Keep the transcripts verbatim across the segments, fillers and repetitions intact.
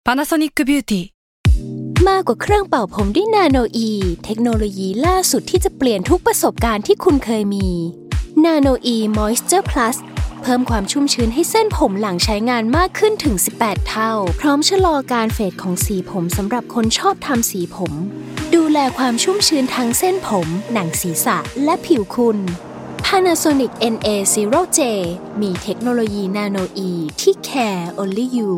Panasonic Beauty มากกว่าเครื่องเป่าผมด้วยนาโนอีเทคโนโลยีล่าสุดที่จะเปลี่ยนทุกประสบการณ์ที่คุณเคยมีนาโนอีมอยส์เจอร์พลัสเพิ่มความชุ่มชื้นให้เส้นผมหลังใช้งานมากขึ้นถึงสิบแปดเท่าพร้อมชะลอการเฟดของสีผมสำหรับคนชอบทำสีผมดูแลความชุ่มชื้นทั้งเส้นผมหนังศีรษะและผิวคุณ Panasonic เอ็น เอ ศูนย์ เจ มีเทคโนโลยีนาโนอีที่ care only you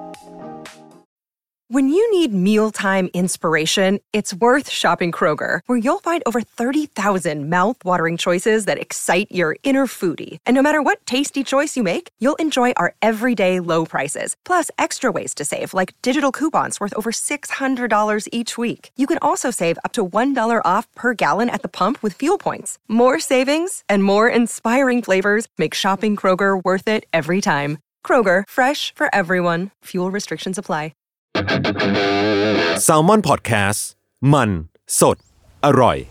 When you need mealtime inspiration, it's worth shopping Kroger, where you'll find over thirty thousand mouth-watering choices that excite your inner foodie. And no matter what tasty choice you make, you'll enjoy our everyday low prices, plus extra ways to save, like digital coupons worth over six hundred dollars each week. You can also save up to one dollar off per gallon at the pump with fuel points. More savings and more inspiring flavors make shopping Kroger worth it every time. Kroger, fresh for everyone. Fuel restrictions apply. Salmon Podcast มันสดอร่อย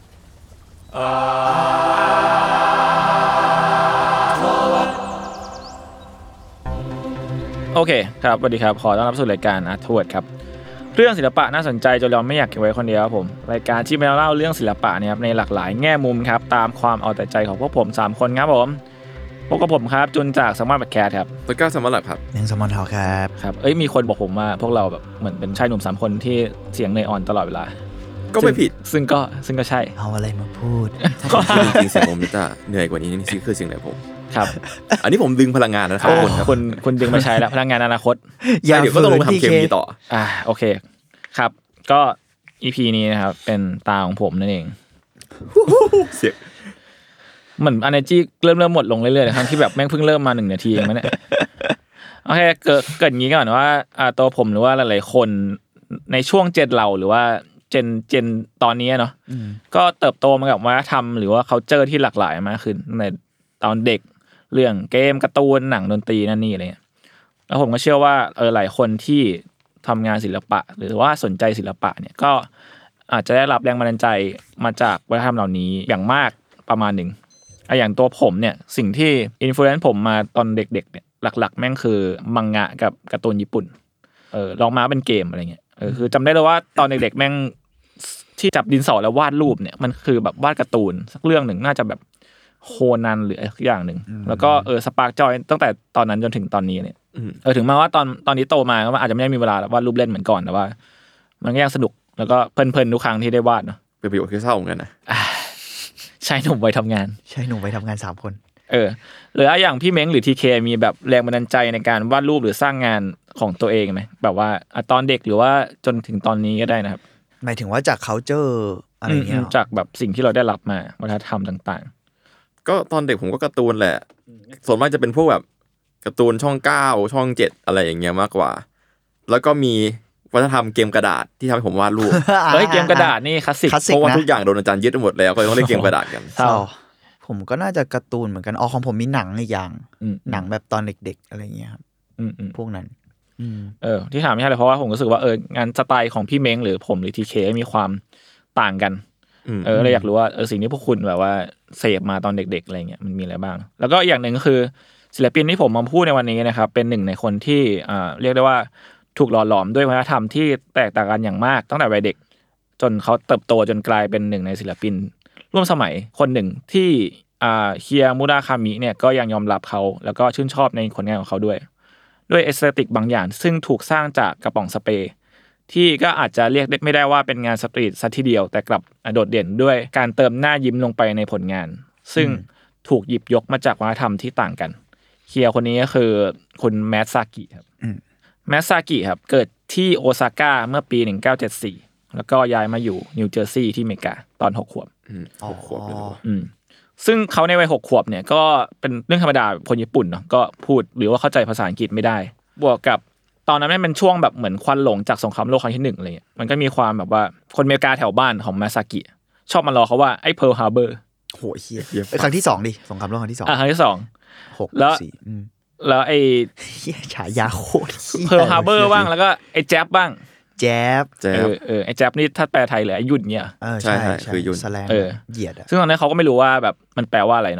โอเคครับสวัสดีครับขอต้อนรับสู่รายการอาร์ทเวิร์ดครับเรื่องศิลปะน่าสนใจจนเราไม่อยากเก็บไว้คนเดียวครับผมรายการที่มาเล่าเรื่องศิลปะเนี่ยครับในหลากหลายแง่มุมครับตามความเอาแต่ใจของพวกผมสามคนครับผมพบกับผมครับจุนจากสมาร์ทแคทครับแล้วก็สมาร์ทแลบครับยังสมอนเฮาครับครับเอ้ยมีคนบอกผมว่าพวกเราแบบเหมือนเป็นชายหนุ่มสามคนที่เสียงเนยอ่อนตลอดเวลาก็ไม่ผิดซึ่งก็ซึ่งก็ใช่เอาอะไรมาพูดจริงๆเสียงผมจะเหนื่อยกว่านี้นี่คือเสียงไหนผมครับอันนี้ผมดึงพลังงานนะครับคุณคุณคุณดึงมาใช้แล้วพลังงานอนาคตเดี๋ยวก็ต้องลงทำเคมีต่ออ่าโอเคครับก็ อี พี นี้นะครับเป็นตาของผมนั่นเองเสียงเหมือน energy เริ่มเริ่มหมดลงเรื่อยๆนะครับที่แบบแม่งเพิ่งเริ่มมาหนึ่งนาทีเองมั้ยเนี่ยโอเคเกิดเกิดงี้ก่อนว่าอ่าตัวผมหรือว่าหลายๆคนในช่วงเจนเราหรือว่าเจนเจนตอนนี้เนาะก็เติบโตมากับวัฒนธรรมหรือว่า culture ที่หลากหลายมากขึ้นในตอนเด็กเรื่องเกมการ์ตูนหนังดนตรีนั่นนี่อะไรเงี้ยแล้วผมก็เชื่อว่าเออหลายคนที่ทำงานศิลปะหรือว่าสนใจศิลปะเนี่ยก็อาจจะได้รับแรงบันดาลใจมาจากวัฒนธรรมเหล่านี้อย่างมากประมาณนึงอ่ะอย่างตัวผมเนี่ยสิ่งที่อินฟลูเอนซ์ผมมาตอนเด็กๆเนี่ยหลักๆแม่งคือมังงะกับการ์ตูนญี่ปุ่นเออลองมาเป็นเกมอะไรเงี้ยเออคือจำได้เลยว่าตอนเด็กๆแม่งที่จับดินสอแล้ววาดรูปเนี่ยมันคือแบบวาดการ์ตูนสักเรื่องนึงน่าจะแบบโคนันหรืออะไรสักอย่างนึงแล้วก็เออสปาร์คจอยตั้งแต่ตอนนั้นจนถึงตอนนี้เนี่ยเออถึงมาว่าตอนตอนนี้โตมาก็อาจจะไม่ได้มีเวลาวาดรูปเล่นเหมือนก่อนแต่ว่ามันก็ยังสนุกแล้วก็เพลินๆทุกครั้งที่ได้วาดเนาะเป็นประโยชน์คือเศร้าเหมือนกันนะใช่หนุ่มไว้ทำงานใช่หนุ่มไว้ทำงานสามคนเออหรืออย่างพี่เม้งหรือ ที เค มีแบบแรงบันดาลใจในการวาดรูปหรือสร้างงานของตัวเองมั้ยแบบว่าตอนเด็กหรือว่าจนถึงตอนนี้ก็ได้นะครับหมายถึงว่าจาก culture อะไรเงี้ยจากแบบสิ่งที่เราได้รับมาวัฒนธรรมต่างๆก็ตอนเด็กผมก็การ์ตูนแหละส่วนมากจะเป็นพวกแบบการ์ตูนช่องเก้าช่องเจ็ดอะไรอย่างเงี้ยมากกว่าแล้วก็มีวัฒนธรรมเกมกระดาษที่ทำให้ผมวาดรูปเฮ้ยเกมกระดาษนี่คลาสสิกเพราะว่าทุกอย่างโดนอาจารย์ยึดหมดแล้วก็ต้องเล่นเกมกระดาษกันผมก็น่าจะการ์ตูนเหมือนกันอ๋อของผมมีหนังอีกอย่างหนังแบบตอนเด็กๆอะไรเงี้ยครับพวกนั้นเออที่ถามไม่ใช่เลยเพราะว่าผมรู้สึกว่าเอองานสไตล์ของพี่เม้งหรือผมหรือ ที เค มีความต่างกันเออเลยอยากรู้ว่าเออสิ่งที่พวกคุณแบบว่าเสพมาตอนเด็กๆอะไรเงี้ยมันมีอะไรบ้างแล้วก็อย่างนึงก็คือศิลปินที่ผมมาพูดในวันนี้นะครับเป็นหนึ่งในคนที่อ่าเรียกได้ว่าถูกหล่อหลอมด้วยวัฒนธรรมที่แตกต่างกันอย่างมากตั้งแต่วัยเด็กจนเขาเติบโตจนกลายเป็นหนึ่งในศิลปินร่วมสมัยคนหนึ่งที่อ่าเคียมุราคามิเนี่ยก็ยังยอมรับเขาแล้วก็ชื่นชอบในผลงานของเขาด้วยด้วยเอสเธติกบางอย่างซึ่งถูกสร้างจากกระป๋องสเปรย์ที่ก็อาจจะเรียกไม่ได้ว่าเป็นงานสตรีทซะทีเดียวแต่กลับโดดเด่นด้วยการเติมหน้ายิ้มลงไปในผลงานซึ่งถูกหยิบยกมาจากวัฒนธรรมที่ต่างกันเคียคนนี้ก็คือคุณแมทซากิครับแมทซากิครับเกิดที่โอซาก้าเมื่อปีหนึ่งพันเก้าร้อยเจ็ดสิบสี่แล้วก็ย้ายมาอยู่นิวเจอร์ซีย์ที่อเมริกาตอนหกขวบอืมหกขวบเลยอืมซึ่งเขาในวัยหกขวบเนี่ยก็เป็นเรื่องธรรมดาคนญี่ปุ่นเนาะก็พูดหรือว่าเข้าใจภาษาอังกฤษไม่ได้บวกกับตอนนั้นมันเป็นช่วงแบบเหมือนควันหลงจากสงครามโลกครั้งที่หนึ่งอะไรเงี้ยมันก็มีความแบบว่าคนอเมริกาแถวบ้านของแมทซากิชอบมารอเขาว่าไอ้ Pearl Harbor โหเหี้ยไอ้ครั้งที่สองดิสงครามโลกครั้งที่สองอ่ะครั้งที่สองหก สี่อืมแล้วไอ้ฉายาโคตร Pearl Harbor บ้างแล้วก็ไอ้แจ๊บบ้างแจ๊บเออเออไอ้แจ๊บนี่ถ้าแปลไทยเลยไอ้ยุ่นเงี้ยเออใช่ๆคือยุ่นแสลงเหยียดอ่ะซึ่งตอนนั้นเขาก็ไม่รู้ว่าแบบมันแปลว่าอะไรเนาะ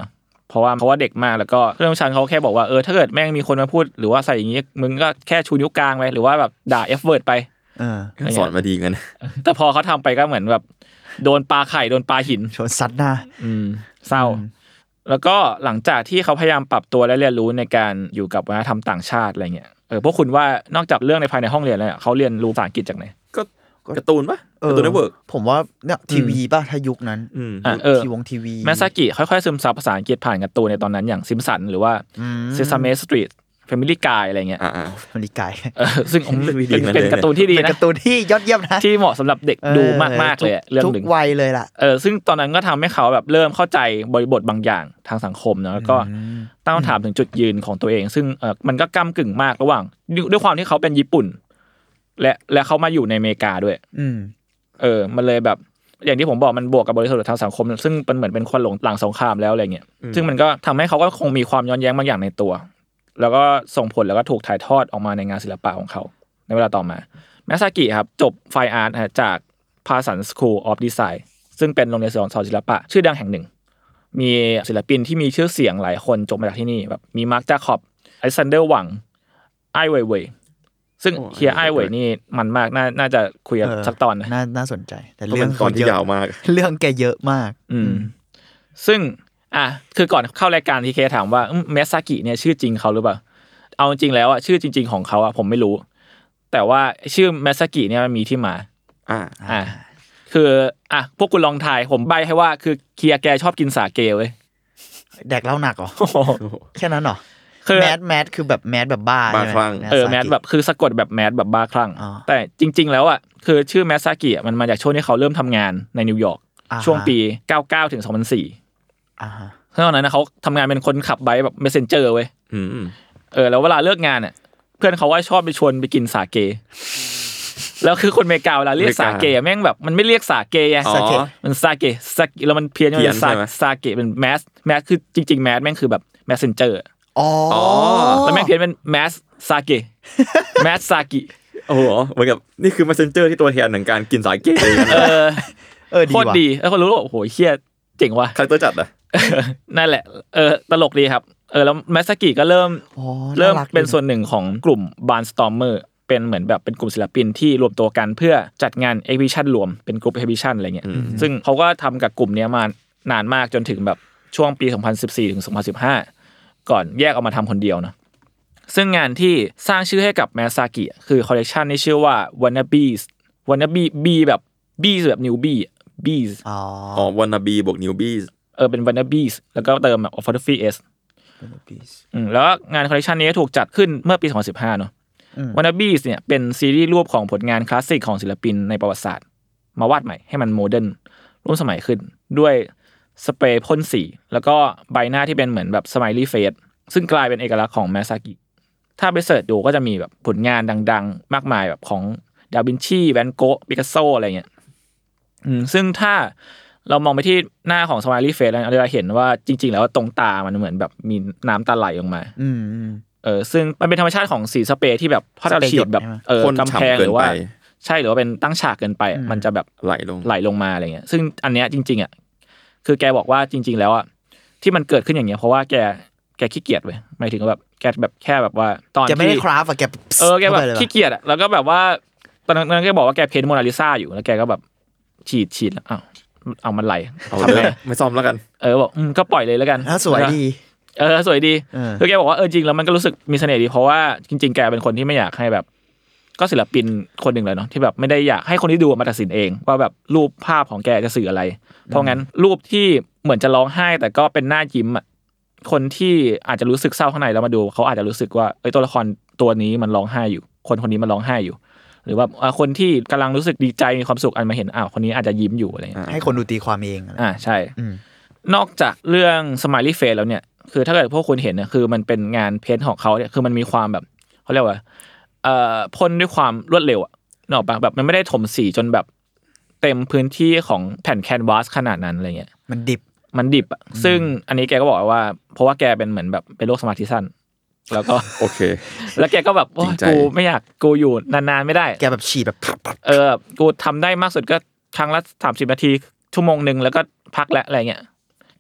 เพราะว่าเพราะว่าเด็กมากแล้วก็เรื่องชันเขาแค่บอกว่าเออถ้าเกิดแม่งมีคนมาพูดหรือว่าใส่อย่างงี้มึงก็แค่ชูนิ้วกลางไปหรือว่าแบบด่า F word ไปเออสอนมาดีงั้นแต่พอเขาทำไปก็เหมือนแบบโดนปลาไข่โดนปลาหินโดนซัดหน้าอืมเศร้าแล้วก็หลังจากที่เขาพยายามปรับตัวและเรียนรู้ในการอยู่กับวัฒนธรรมต่างชาติอะไรเงี้ยเออพวกคุณว่านอกจากเรื่องในภายในห้องเรียนแล้วเขาเรียนรู้ภาษาอังกฤษจากไหนก็การ์ตูนป่ะการ์ตูนเน็ตเวิร์กผมว่าเนี่ยทีวีป่ะถ้ายุคนั้นอ่าเออทีวงทีวีแมซากิค่อยๆซึมซับภาษาอังกฤษผ่านการ์ตูนในตอนนั้นอย่างซิมสันหรือว่าเซซาเมสตรีทFamily Guy อะไรเงี้ยอ่า Family Guy เออซึ่งเป็นเป็นการ์ตูนที่ดีนะการ์ตูนที่ยอดเยี่ยมนะที่เหมาะสำหรับเด็กดูมากๆเลยเรื่องนึงทุกวัยเลยล่ะเออซึ่งตอนนั้นก็ทำให้เขาแบบเริ่มเข้าใจบริบทบางอย่างทางสังคมเนาะแล้วก็ตั้งคำถามถึงจุดยืนของตัวเองซึ่งเออมันก็ก้ำกึ่งมากระหว่างด้วยความที่เขาเป็นญี่ปุ่นและและเขามาอยู่ในอเมริกาด้วยอืมเออมันเลยแบบอย่างที่ผมบอกมันบวกกับบริบททางสังคมซึ่งเป็นเหมือนเป็นควันหลงหลังสงครามแล้วอะไรเงี้ยซึ่งมันก็ทำให้เขาก็คงมีความย้อนแย้งบางอย่างในตัวแล้วก็ส่งผลแล้วก็ถูกถ่ายทอดออกมาในงานศิลปะของเขาในเวลาต่อมาแมซากิครับจบไฟอาร์ตจาก Parsons School of Design ซึ่งเป็นโรงเรียนสอนศิลปะชื่อดังแห่งหนึ่งมีศิลปินที่มีชื่อเสียงหลายคนจบมาจากที่นี่แบบมีมาร์คจาคอบอเล็กซานเดอร์หวังไอ้เว่ยเว่ยซึ่งเฮียไอ้เว่ยนี่มันมากน่าน่าจะคุยกันสักตอนนะน่าน่าสนใจแต่เรื่องตอนที่ยาวมากเรื่องแกเยอะมากอืมซึ่งอ่ะคือก่อนเข้ารายการที่เคถามว่าแมซากิเนี่ยชื่อจริงเขาหรือเปล่าเอาจริงแล้วอ่ะชื่อจริงๆของเขาอ่ะผมไม่รู้แต่ว่าชื่อแมซากิเนี่ยมันมีที่มาอ่าอ่าคืออ่ะพวกคุณลองทายผมใบให้ว่าคือเคียแกชอบกินสาเกเว้ยแดกเหล้าหนักเหรอแค่นั้นเหรอคือแมสแมสคือแบบแมสแบบบ้าบ้าคลั่งเออแมสแบบคือสะกดแบบแมสแบบบ้าคลั่งแต่จริงๆแล้วอ่ะคือชื่อแมซากิอ่ะมันมาจากช่วงที่เขาเริ่มทำงานในนิวยอร์กช่วงปีเก้าสิบเก้าถึงสองพันสี่อ่าเพราะตอนนั้นนะเขาทำงานเป็นคนขับไบค์แบบเมสเซนเจอร์เว้ยอืมเออแล้วเวลาเลิกงานเนี่ยเพื่อนเขาว่าชอบไปชวนไปกินสาเกแล้วคือคนอเมริกาเวลาเรียกสาเกแม่งแบบมันไม่เรียกสาเกไงมันสาเกสาแล้วมันเพี้ยนเป็นสาสาเกเป็นแมสแมสคือจริงๆแมสแม่งคือแบบเมสเซนเจอร์อ๋อแล้วแม่งเพี้ยนเป็นแมสซาเกะแมสซากิโอ้โหเหมือนกับนี่คือ Messenger ที่ตัวแทนของการกินสาเกะเออเออดีว่ะโคตรดีแล้วคนรู้ว่าโอ้โหเหี้ยเจ๋งว่ะใครตัวจัดอ่ะนั่นแหละเออตลกดีครับเออแล้วแมสซากิก็เริ่มเริ่มเป็นส่วนหนึ่งของกลุ่ม Barnstormer เป็นเหมือนแบบเป็นกลุ่มศิลปินที่รวมตัวกันเพื่อจัดงาน exhibition รวมเป็นกลุ่ม exhibition อะไรเงี้ยซึ่งเขาก็ทำกับกลุ่มนี้มานานมากจนถึงแบบช่วงปีสองพันสิบสี่ถึงสองพันสิบห้าก่อนแยกออกมาทำคนเดียวนะซึ่งงานที่สร้างชื่อให้กับแมซากิคือคอลเลกชันที่ชื่อว่า Wannabes Wannabe B แบบ B แบบ newbie bees อ๋ออ๋อ Wannabe บวก newbies เออเป็น Wannabes แล้วก็เติมแบบ apostrophe s Wannabes อืมแล้วงานคอลเลกชันนี้ถูกจัดขึ้นเมื่อปีสองพันสิบห้าเนาะ Wannabes เนี่ยเป็นซีรีส์รูปของผลงานคลาสสิกของศิลปินในประวัติศาสตร์มาวาดใหม่ให้มันโมเดิร์นร่วมสมัยขึ้นด้วยสเปรย์พ่นสีแล้วก็ใบหน้าที่เป็นเหมือนแบบสไมลี่เฟสซึ่งกลายเป็นเอกลักษณ์ของแมซากิถ้าไปเสิร์ชดูก็จะมีแบบผลงานดังๆมากมายแบบของดาวินชีแวนโกะปิกัสโซอะไรเงี้ยอืมซึ่งถ้าเรามองไปที่หน้าของสไมลี่เฟสเราจะเห็นว่าจริงๆแล้วตรงตามันเหมือนแบบมีน้ำตาไหลออกมาอืมเออซึ่งมันเป็นธรรมชาติของสีสเปรย์ที่แบบพอเราฉีดแบบเออกำแพงหรือว่าใช่หรือว่าเป็นตั้งฉากเกินไปมันจะแบบไหลลงไหลลงมาอะไรเงี้ยซึ่งอันเนี้ยจริงๆอ่ะคือแกบอกว่าจริงๆแล้วอ่ะที่มันเกิดขึ้นอย่างเงี้ยเพราะว่าแกแกขี้เกียจเว้ยหมายถึงแบบแกแบบแค่แบบว่าตอนที่แกไม่ได้คราฟอ่ะแกเออแกแบบขี้เกียจอ่ะแล้วก็แบบว่าตอนนั้นแกบอกว่าแกเพ้นท์โมนาลิซาอยู่แล้วแกก็แบบฉีดฉีดแล้วอ้าวเอามันไหลทำไงไม่ซ่อมแล้วกันเออบอกก็ปล่อยเลยแล้วกันสวยดีเออสวยดีคือแกบอกว่าเออจริงแล้วมันก็รู้สึกมีเสน่ห์ดีเพราะว่าจริงๆแกเป็นคนที่ไม่อยากให้แบบก็ศิลปินคนหนึ่งเลยเนาะที่แบบไม่ได้อยากให้คนที่ดูมาตัดสินเองว่าแบบรูปภาพของแกจะสื่ออะไรเพราะงั้นรูปที่เหมือนจะร้องไห้แต่ก็เป็นหน้ายิ้มอ่ะคนที่อาจจะรู้สึกเศร้าข้างในแล้วมาดูเขาอาจจะรู้สึกว่าเอ้ยตัวละครตัวนี้มันร้องไห้อยู่คนคนนี้มันร้องไห้อยู่หรือว่าคนที่กำลังรู้สึกดีใจมีความสุขอันมาเห็นอ้าวคนนี้อาจจะยิ้มอยู่อะไรให้คนดูตีความเองอ่าใช่นอกจากเรื่อง Smiley Face แล้วเนี่ยคือถ้าเกิดพวกคุณเห็นเนี่ยคือมันเป็นงานเพ้นท์ของเขาเนี่ยคือมันมีความแบบเขาเรียกว่าเอ่อพ่นด้วยความรวดเร็วอ่ะนึกออกป่ะแบบมันไม่ได้ถมสีจนแบบเต็มพื้นที่ของแผ่นแคนวาสขนาดนั้นอะไรเงี้ยมันดิบมันดิบอ่ะซึ่งอันนี้แกก็บอกว่าเพราะว่าแกเป็นเหมือนแบบเป็นโรคสมาธิสั้นแล้วก็โอเคแล้วแกก็แบบโอ้กูไม่อยากกูอยู่นานๆไม่ได้แกแบบฉีดแบบเออกูทำได้มากสุดก็ครั้งละสามสิบนาทีชั่วโมงนึงแล้วก็พักแล้วอะไรเงี้ย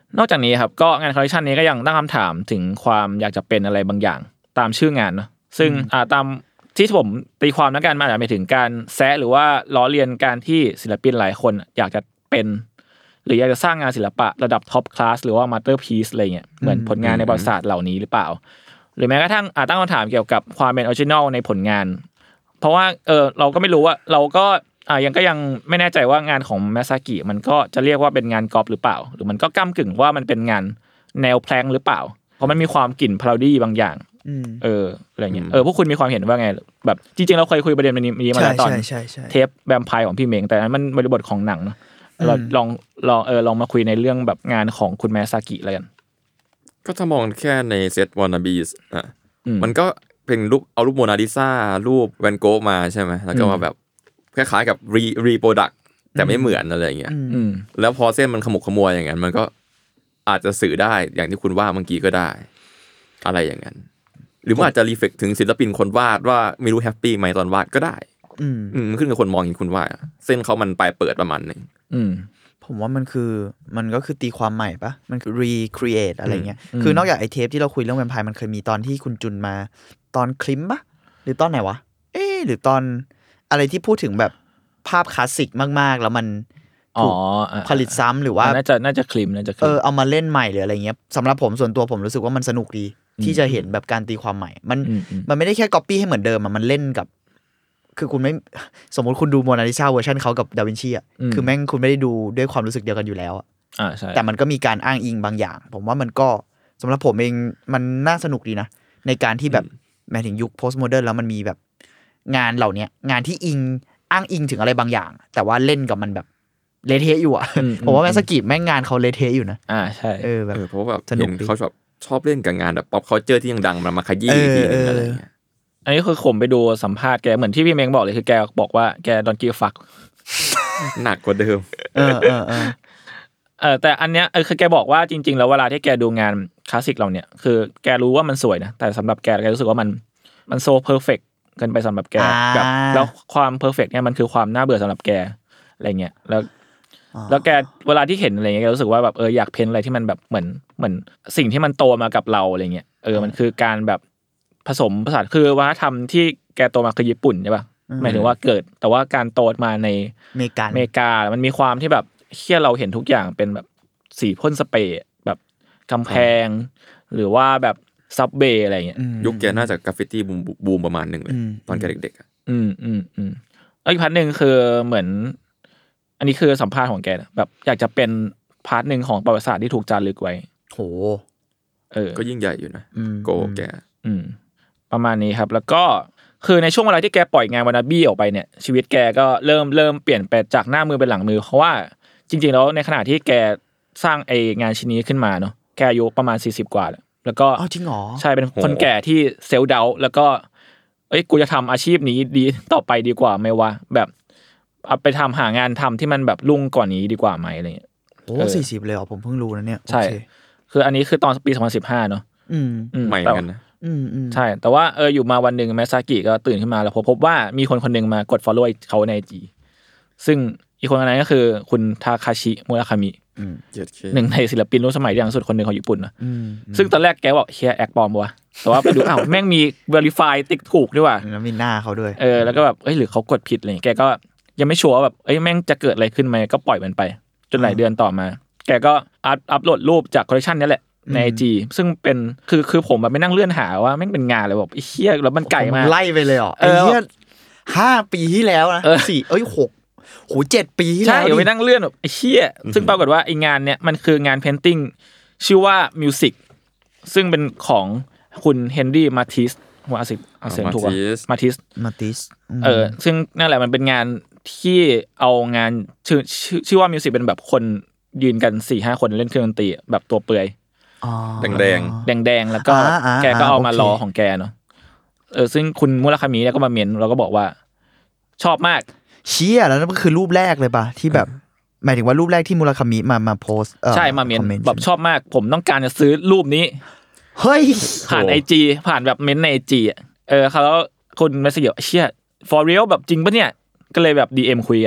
นอกจากนี้ครับก็งานคอลเลคชันนี้ก็ยังตั้งคำถามถึงความอยากจะเป็นอะไรบางอย่างตามชื่องานเนาะซึ่งอ่าตามที่ผมตีความแล้วกันมาอาจจะไปถึงการแซะหรือว่าล้อเลียนการที่ศิลปินหลายคนอยากจะเป็นหรืออยากจะสร้างงานศิลปะระดับท็อปคลาสหรือว่ามาสเตอร์พีซอะไรเงี้ยเหมือนผลงานในประวัติศาสตร์เหล่านี้หรือเปล่าหรือแม้กระทั่งอ่าตั้งคำถามเกี่ยวกับความเป็นออริจินัลในผลงานเพราะว่าเออเราก็ไม่รู้ว่าเราก็อ่ายังก็ยังไม่แน่ใจว่างานของแมซากิมันก็จะเรียกว่าเป็นงานก๊อปหรือเปล่าหรือมันก็ก้ำกึ่งว่ามันเป็นงานแนวแพลงหรือเปล่าเพราะมันมีความกลิ่นพาโรดี้บางอย่างเอออะไรเงี้ยเออพวกคุณมีความเห็นว่าไงแบบจริงๆเราเคยคุยประเด็นนี้มาแล้วตอนเทปแวมไพร์ของพี่เม้งแต่นั้นมันบริบทของหนังเนาะเราลองลองเออลองมาคุยในเรื่องแบบงานของคุณแมซากิอะไรกันก็ถ้ามองแค่ในเซตวานาบีสอ่ะมันก็เป็นรูปเอารูปโมนาลิซารูปแวนโกะมาใช่ไหมแล้วก็มาแบบคล้ายๆกับรีรีโปรดักต์แต่ไม่เหมือนอะไรอย่างเงี้ยแล้วพอเส้นมันขมุกขมัวอย่างนั้นมันก็อาจจะสื่อได้อย่างที่คุณว่าเมื่อกี้ก็ได้อะไรอย่างนั้นหรือมันอาจจะรีเฟล็กถึงศิลปินคนวาดว่าไม่รู้แฮปปี้ไหมตอนวาดก็ได้อืมขึ้นกับคนมองอย่างคุณว่าเส้นเขามันปลายเปิดประมาณนึงผมว่ามันคือมันก็คือตีความใหม่ปะมันคือ recreate อะไรเงี้ยคือนอกจากไอเทปที่เราคุยเรื่องแวมไพร์มันเคยมีตอนที่คุณจุนมาตอนคลิมปะหรือตอนไหนวะเอ๊ะหรือตอนอะไรที่พูดถึงแบบภาพคลาสสิกมากๆแล้วมันถูกผลิตซ้ำหรือว่าน่าจะน่าจะคลิมน่าจะเออเอามาเล่นใหม่หรืออะไรเงี้ยสำหรับผมส่วนตัวผมรู้สึกว่ามันสนุกดีที่จะเห็นแบบการตีความใหม่มันมันไม่ได้แค่ copy ให้เหมือนเดิมมันเล่นกับคือคุณไม่สมมติคุณดูโมนาลิซาเวอร์ชันเขากับดาวินชีอ่ะคือแม่งคุณไม่ได้ดูด้วยความรู้สึกเดียวกันอยู่แล้วอ่ะอ่าใช่แต่มันก็มีการอ้างอิงบางอย่างผมว่ามันก็สำหรับผมเองมันน่าสนุกดีนะในการที่แบบหมายถึงยุคโพสต์โมเดิร์นแล้วมันมีแบบงานเหล่านี้งานที่อิงอ้างอิงถึงอะไรบางอย่างแต่ว่าเล่นกับมันแบบเลเทะอยู่อ่ะผมว่าแมสกิแม่งงานเขาเลเทะอยู่นะอ่าใช่เออแบบเพราะแบบเห็นเขาชอบชอบเล่นกับงานแบบป๊อปคัลเจอร์ที่ยังดังมามาขยี้ทีนึงอะไรอย่างเงี้ยอันนี้คือผมไปดูสัมภาษณ์แกเหมือนที่พี่เม้งบอกเลยคือแกบอกว่าแกดอนกี้ฟักหนักกว่าเดิมเออเออเออเออแต่อันเนี้ยเออคือแกบอกว่าจริงๆแล้วเวลาที่แกดูงานคลาสสิกเราเนี่ยคือแกรู้ว่ามันสวยนะแต่สำหรับแกแกรู้สึกว่ามันมันโซเพอร์เฟคเกินไปสำหรับแกแบบแล้วความเพอร์เฟคเนี่ยมันคือความน่าเบื่อสำหรับแกอะไรเงี้ยแล้วแล้วแกเวลาที่เห็นอะไรเงี้ยแกรู้สึกว่าแบบเอออยากเพ้นอะไรที่มันแบบเหมือนเหมือนสิ่งที่มันโตมากับเราอะไรเงี้ยเออมันคือการแบบผสมผสานคือวัฒนธรรมที่แกโตมาคือญี่ปุ่นใช่ป่ะหมายถึงว่าเกิดแต่ว่าการโตมาในอเมริกาอเมริกามันมีความที่แบบเหี้ยเราเห็นทุกอย่างเป็นแบบสีพ่นสเปรย์แบบกำแพงหรือว่าแบบซับเบย์อะไรเงี้ยยุคแกน่าจะกราฟฟิตี้บูมประมาณนึงเลยตอนแกเด็กๆอ่ะอืมอืมอืมแล้วอีกพาร์ทนึงคือเหมือนอันนี้คือสัมภาษณ์ของแกแบบอยากจะเป็นพาร์ทนึงของประวัติศาสตร์ที่ถูกจารึกไว้โหเออก็ยิ่งใหญ่อยู่นะโกแกอืมประมาณนี้ครับแล้วก็คือในช่วงเวลาที่แกปล่อยงานวานาบี้ออกไปเนี่ยชีวิตแกก็เริ่มเริ่มเปลี่ยนไปจากหน้ามือเป็นหลังมือเพราะว่าจริงๆแล้วในขณะที่แกสร้างไองานชิ้นนี้ขึ้นมาเนาะแกอายุประมาณสี่สิบกว่าแล้วแล้วก็อ๋อจริงเหรอใช่เป็นคนแก่ที่เซลล์เดาแล้วก็เอ้ยกูจะทำอาชีพนี้ดีต่อไปดีกว่าไหมวะแบบเอาไปทำหางานทำที่มันแบบรุ่งกว่านี้ดีกว่าไหมอะไรเงี้ยโอ้สี่สิบเลยเหรอผมเพิ่งรู้นะเนี่ยใช่คืออันนี้คือตอนปีสองพันสิบห้าเนาะอืมใหม่กันนะอืมใช่แต่ว่าเอออยู่มาวันนึงแมซากิก็ตื่นขึ้นมาแล้วพบว่ามีคนคนนึงมากด follow เขาใน ไอ จี ซึ่งอีกคนนั้นก็คือคุณทาคาชิมุราคามิหนึ่งในศิลปินรุ่นสมัยที่ดังสุดคนนึงของญี่ปุ่นนะซึ่งตอนแรกแกบอกเฮียแอคปลอมวะแต่ว่าไปดูอ้าวแม่งมี verify ติ๊กถูกด้วยว่ะแล้วมีหน้าเขาด้วยเออแล้วก็แบบเอ้ยหรือเขากดผิดอะไรแกก็ยังไม่ชัวร์แบบเอ้ยแม่งจะเกิดอะไรขึ้นมั้ยก็ปล่อยมันไปจนหลายเดือนต่อมาแกก็อัพอัพโหลดรูปจากคอลเลคชันนี้แหละใน ไอ จี ซึ่งเป็นคือคือผมแบบไปนั่งเลื่อนหาว่าแม่งเป็นงานอะไรแบบไอ้เหี้ยแล้วมันไกลมากไล่ไปเลยเหรอไอ้เหี้ยห้าปีที่แล้วนะสี่เอ้ยหกโหเจ็ดปีที่แล้วใช่ไปนั่งเลื่อนแบบไอ้เหี้ยซึ่งปรากฏว่าไอ้งานเนี้ยมันคืองานเพนติ้งชื่อว่า Music ซึ่งเป็นของคุณเฮนรี่มาติสหัวอาศิอาเซียนถูกป่ะมาติสมาติสเออซึ่งนั่นแหละมันเป็นงานที่เอางานชื่อชื่อว่า Music เป็นแบบคนยืนกัน สี่ห้า คนเล่นเครื่องดนตรีแบบตัวเปลือยอ๋อแดงๆแดงๆแล้วก็แกก็เอามาล้อของแกเนาะเออซึ่งคุณมุราคามิเนี่ยก็มาเมนแล้วก็บอกว่าชอบมากเชี่ยแล้วนั่นก็คือรูปแรกเลยป่ะที่แบบหมายถึงว่ารูปแรกที่มุราคามิมามาโพสใช่มาเมนแบบชอบมากผมต้องการจะซื้อรูปนี้เฮ้ยผ่าน ไอ จี ผ่านแบบเมนใน ไอ จี อ่ะเออเขาแล้วคุณเมสเซจเชี่ย for real แบบจริงป่ะเนี่ยก็เลยแบบ ดี เอ็ม คุยกัน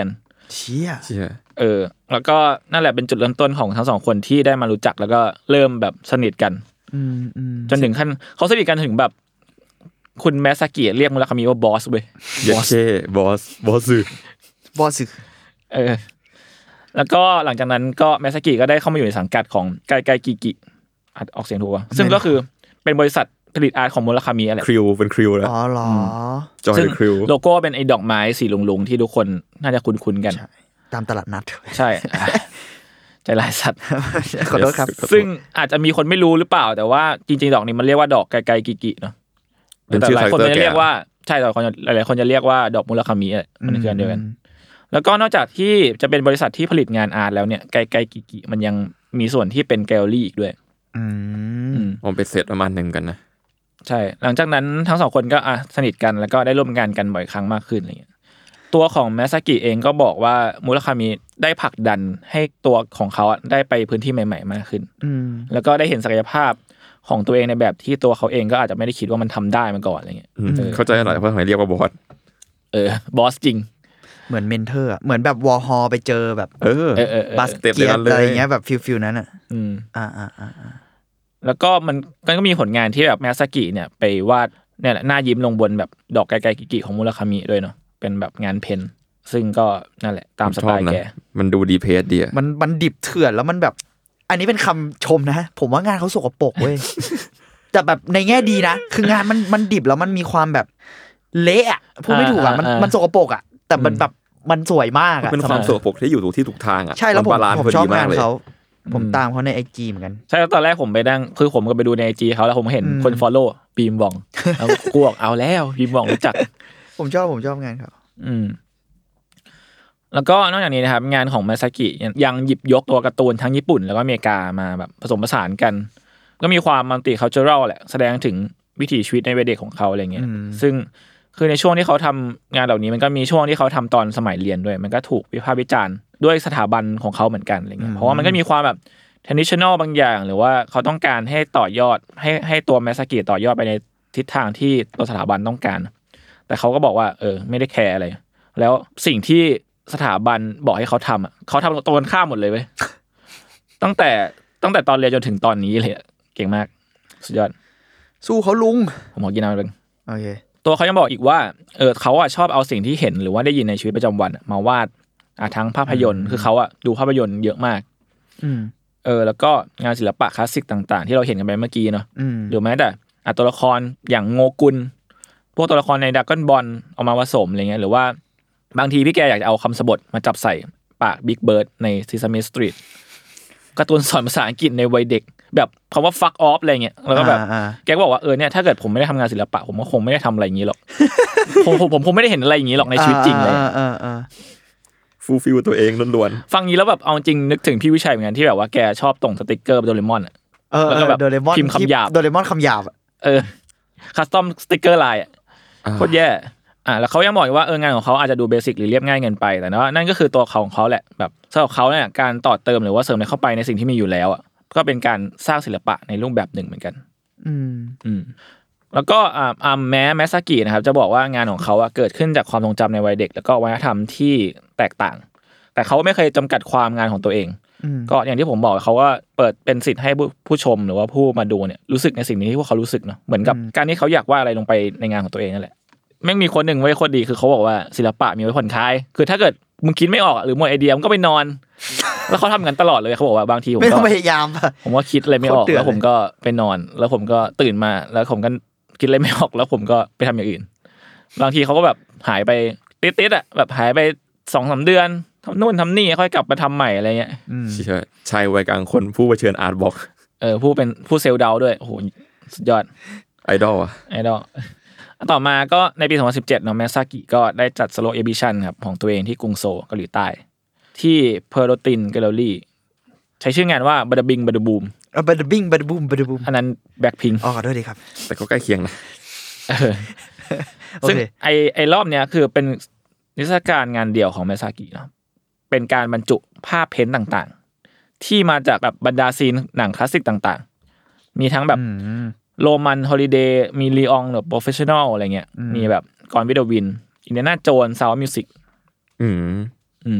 เชี่ยเชี่ยเออแล้วก็นั่นแหละเป็นจุดเริ่มต้นของทั้งสองคนที่ได้มารู้จักแล้วก็เริ่มแบบสนิทกันอืมอืมจนถึงขั้นเขาสนิทกันถึงแบบคุณแมซากิเรียกมุราคามิว่าบอสเว้ยบอสบอสบอสบอสเออแล้วก็หลังจากนั้นก็แมซากิก็ได้เข้ามาอยู่ในสังกัดของไกไกกิกิอาจออกเสียงถูกป่ะซึ่งก็คือเป็นบริษัทผลิตอาร์ตของมุราคามิอะไรคริวเป็นคริวแล้วอ๋อเหรอจอยคริวโลโก้เป็นไอ้ดอกไม้สีลุงๆที่ทุกคนน่าจะคุ้นๆกันตามตลาดนัดใช่ใจลายสัตว์ขอโทษครับซึ่งอาจจะมีคนไม่รู้หรือเปล่าแต่ว่าจริงๆดอกนี้มันเรียกว่าดอกไกไกกิกิเนาะแต่หลายคนจะเรียกว่าใช่หลายคนหลายๆคนจะเรียกว่าดอกมุราคามิอ่ะมันคืออันเดียวกันแล้วก็นอกจากที่จะเป็นบริษัทที่ผลิตงานอาร์ตแล้วเนี่ยไกไกกิกิมันยังมีส่วนที่เป็นแกลเลอรี่อีกด้วยอืมผมเป็นเซตประมาณนึงกันนะใช่หลังจากนั้นทั้งสองคนก็อ่ะสนิทกันแล้วก็ได้ร่วมงานกันบ่อยครั้งมากขึ้นอะไรเงี้ยตัวของแมซากิเองก็บอกว่ามุราคามิได้ผลักดันให้ตัวของเขาได้ไปพื้นที่ใหม่ๆมากขึ้นแล้วก็ได้เห็นศักยภาพของตัวเองในแบบที่ตัวเขาเองก็อาจจะไม่ได้คิดว่ามันทำได้มาก่อนอะไรเงี้ยเข้าใจหน่อยเพราะทำไมเรียกว่าบอสเออบอสจริงเหมือนเมนเทอร์เหมือนแบบวอร์ฮอลไปเจอแบบเออบัสเกียร์อะไรเงี้ยแบบฟิลๆนั้นอ่ะอืมอ่าอ่าอ่าแล้วก็มันก็มีผลงานที่แบบแมซากิเนี่ยไปวาดเนี่ยแหละหน้ายิ้มลงบนแบบดอกไกไกกิกิของมุราคามิด้วยเนาะเป็นแบบงานเพนซึ่งก็นั่นแหละตามสไตล์แกมันดูดีเพจดีมันมันดิบเถื่อนแล้วมันแบบอันนี้เป็นคำชมนะผมว่างานเขาสกปรกเว้ยแต่แบบในแง่ดีนะคืองานมันมันดิบแล้วมันมีความแบบเละอ่ะพูดไม่ถูกอ่ะมันมันสกปรกอ่ะแต่มันแบบมันสวยมากอ่ะเป็นความสกปรกที่อยู่ถูกที่ถูกทางอ่ะใช่แล้วผมผมชอบงานเขาผมตามเขาใน ไอ จี เหมือนกันใช่ตอนแรกผมไปนั่งคือผมก็ไปดูใน ไอ จี เขาแล้วผมเห็นคน follow บีมบองแล้วกูบอกเอาแล้วบีมบองรู้จักผมชอบผมชอบงานเขาอืมแล้วก็นอกจากนี้นะครับงานของมาซากิยังหยิบยกตัวการ์ตูนทั้งญี่ปุ่นแล้วก็อเมริกามาแบบผสมผสานกันก็มีความมัลติคัลเจอรัลแหละแสดงถึงวิถีชีวิตในวัยเด็กของเขาอะไรเงี้ยซึ่งคือในช่วงที่เขาทำงานเหล่านี้มันก็มีช่วงที่เขาทำตอนสมัยเรียนด้วยมันก็ถูกวิพากษ์วิจารณ์ด้วยสถาบันของเขาเหมือนกันอะไรเงี้ยเพราะว่ามันก็มีความแบบtraditional บางอย่างหรือว่าเขาต้องการให้ต่อยอดให้ให้ตัวแมซากิต่อยอดไปในทิศทางที่ตัวสถาบันต้องการแต่เขาก็บอกว่าเออไม่ได้แคร์อะไรแล้วสิ่งที่สถาบันบอกให้เขาทำอ่ะเขาทำตรงข้ามหมดเลยเว้ยตั้งแต่ตั้งแต่ตอนเรียนจนถึงตอนนี้เลยเก่งมากสุดยอดสู้เขาลุงผมขอกินน้ำนึงโอเคตัวเขายังบอกอีกว่าเออเขาอ่ะชอบเอาสิ่งที่เห็นหรือว่าได้ยินในชีวิตประจำวันมาวาดอ่ะทั้งภาพยนตร์คือเขาอ่ะดูภาพยนตร์เยอะมากอืมเออแล้วก็งานศิลปะคลาสสิกต่างๆที่เราเห็นกันไปเมื่อกี้เนาะหรือแม้แต่อ่ะตัวละครอย่างโงกุลพวกตัวละครในดราก้อนบอลเอามาผสมอะไรเงี้ยหรือว่าบางทีพี่แกอยากจะเอาคำสบทมาจับใส่ปากบิ๊กเบิร์ดใน Sesame Street การ์ตูนสอนภาษาอังกฤษในวัยเด็กแบบคำว่า fuck off อะไรเงี้ยแล้วก็แบบแกก็บอกว่าเออเนี่ยถ้าเกิดผมไม่ได้ทำงานศิลปะผมก็คงไม่ได้ทำอะไรอย่างนี้หรอกผมผมผมคงไม่ได้เห็นอะไรอย่างนี้หรอกในชีวิตจริงเลยฟูลฟิลตัวเองล้วนๆฟังนี้แล้วแบบเอาจริงนึกถึงพี่วิชัยเหมือนกันที่แบบว่าแกชอบส่งสติกเกอร์โดเรมอนอ่ะแล้วก็แบบพิมพ์คำหยาบโดเรมอนคำหยาบเออคัสตอมสติกเกอร์ลายอ่ะโคตรแย่อ่าแล้วเขายังบอกว่าเอองานของเขาอาจจะดูเบสิกหรือเรียบง่ายเกินไปแต่ว่านั่นก็คือตัวของเขาแหละแบบสำหรับเขาเนี่ยการต่อเติมหรือว่าเสริมอะไรเข้าไปในสิ่งที่มีอยู่แล้วอ่ะก็เป็นการสร้างศิลปะในรูปแบบหนึ่งเหมือนกันอืมอืมแล้วก็อ่าอ่าแม้แมซากินะครับจะบอกว่างานของเขาอ่ะเกิดขึ้นจากความทรงจำในวัยเด็กแล้วก็วัฒนธรรมที่แตกต่างแต่เขาไม่เคยจำกัดความงานของตัวเองก็อย่างที่ผมบอกเขาว่าเปิดเป็นสิทธิ์ให้ผู้ชมหรือว่าผู้มาดูเนี่ยรู้สึกในสิ่งนี้ที่พวกเขารู้สึกเนาะเหมือนกับการที่เขาอยากวาดอะไรลงไปในงานของตัวเองนั่นแหละแม่งมีคนหนึ่งไว้โคตรดีคือเขาบอกว่าศิลปะมีไว้ผ่อนคลายคือถ้าเกิดมึงคิดไม่ออกหรือหมดไอเดียมึงก็ไปนอนแล้วเขาทำกันตลอดเลยเขาบอกว่าบางทีผมก็ไม่ต้องพยายามผมว่าคิดอะไรไม่ออกแล้วผมก็ไปนอนแล้วผมก็ตื่นมาแล้วผมก็คิดอะไรไม่ออกแล้วผมก็ไปทำอย่างอื่นบางทีเขาก็แบบหายไปติดๆอ่ะแบบหายไป สองถึงสาม เดือนทำนู่นทำนี่ค่อยกลับมาทำใหม่อะไรเงี้ยใช่ชายวัยกลางคนผู้เผชิญอาร์ตบล็อกเออผู้เป็นผู้เซลล์ดาวด้วยโอ้โหสุดยอดไอดอลอ่ะไอดอลต่อมาก็ในปีสองพันสิบเจ็ดเนาะแมซากิก็ได้จัดโซโลเอบิชันครับของตัวเองที่กรุงโซลเกาหลีใต้ที่เพอร์โรตินแกลเลอรี่ใช้ชื่องานว่าบัดบิงบัดบูมอ่ะบัดบิงบัดบูมบัดบูมอันนั้นแบล็คพิงค์อ๋อขอโทษดีครับแต่ก็ใกล้เคียงนะเออซึ่งไอไอรอบเนี้ยคือเป็นนิทรรศการงานเดี่ยวของแมซากิเนาะเป็นการบรรจุภาพเพ้นท์ต่างๆที่มาจากแบบบรรดาซีนหนังคลาสสิกต่างๆมีทั้งแบบโรมันฮอลิเดย์มีลีอองแบบโปรเฟสชั่นอลอะไรเงี้ยมีแบบกอนวิดวินอินเดียนาโจนส์ซาวด์มิวสิกอืมอืม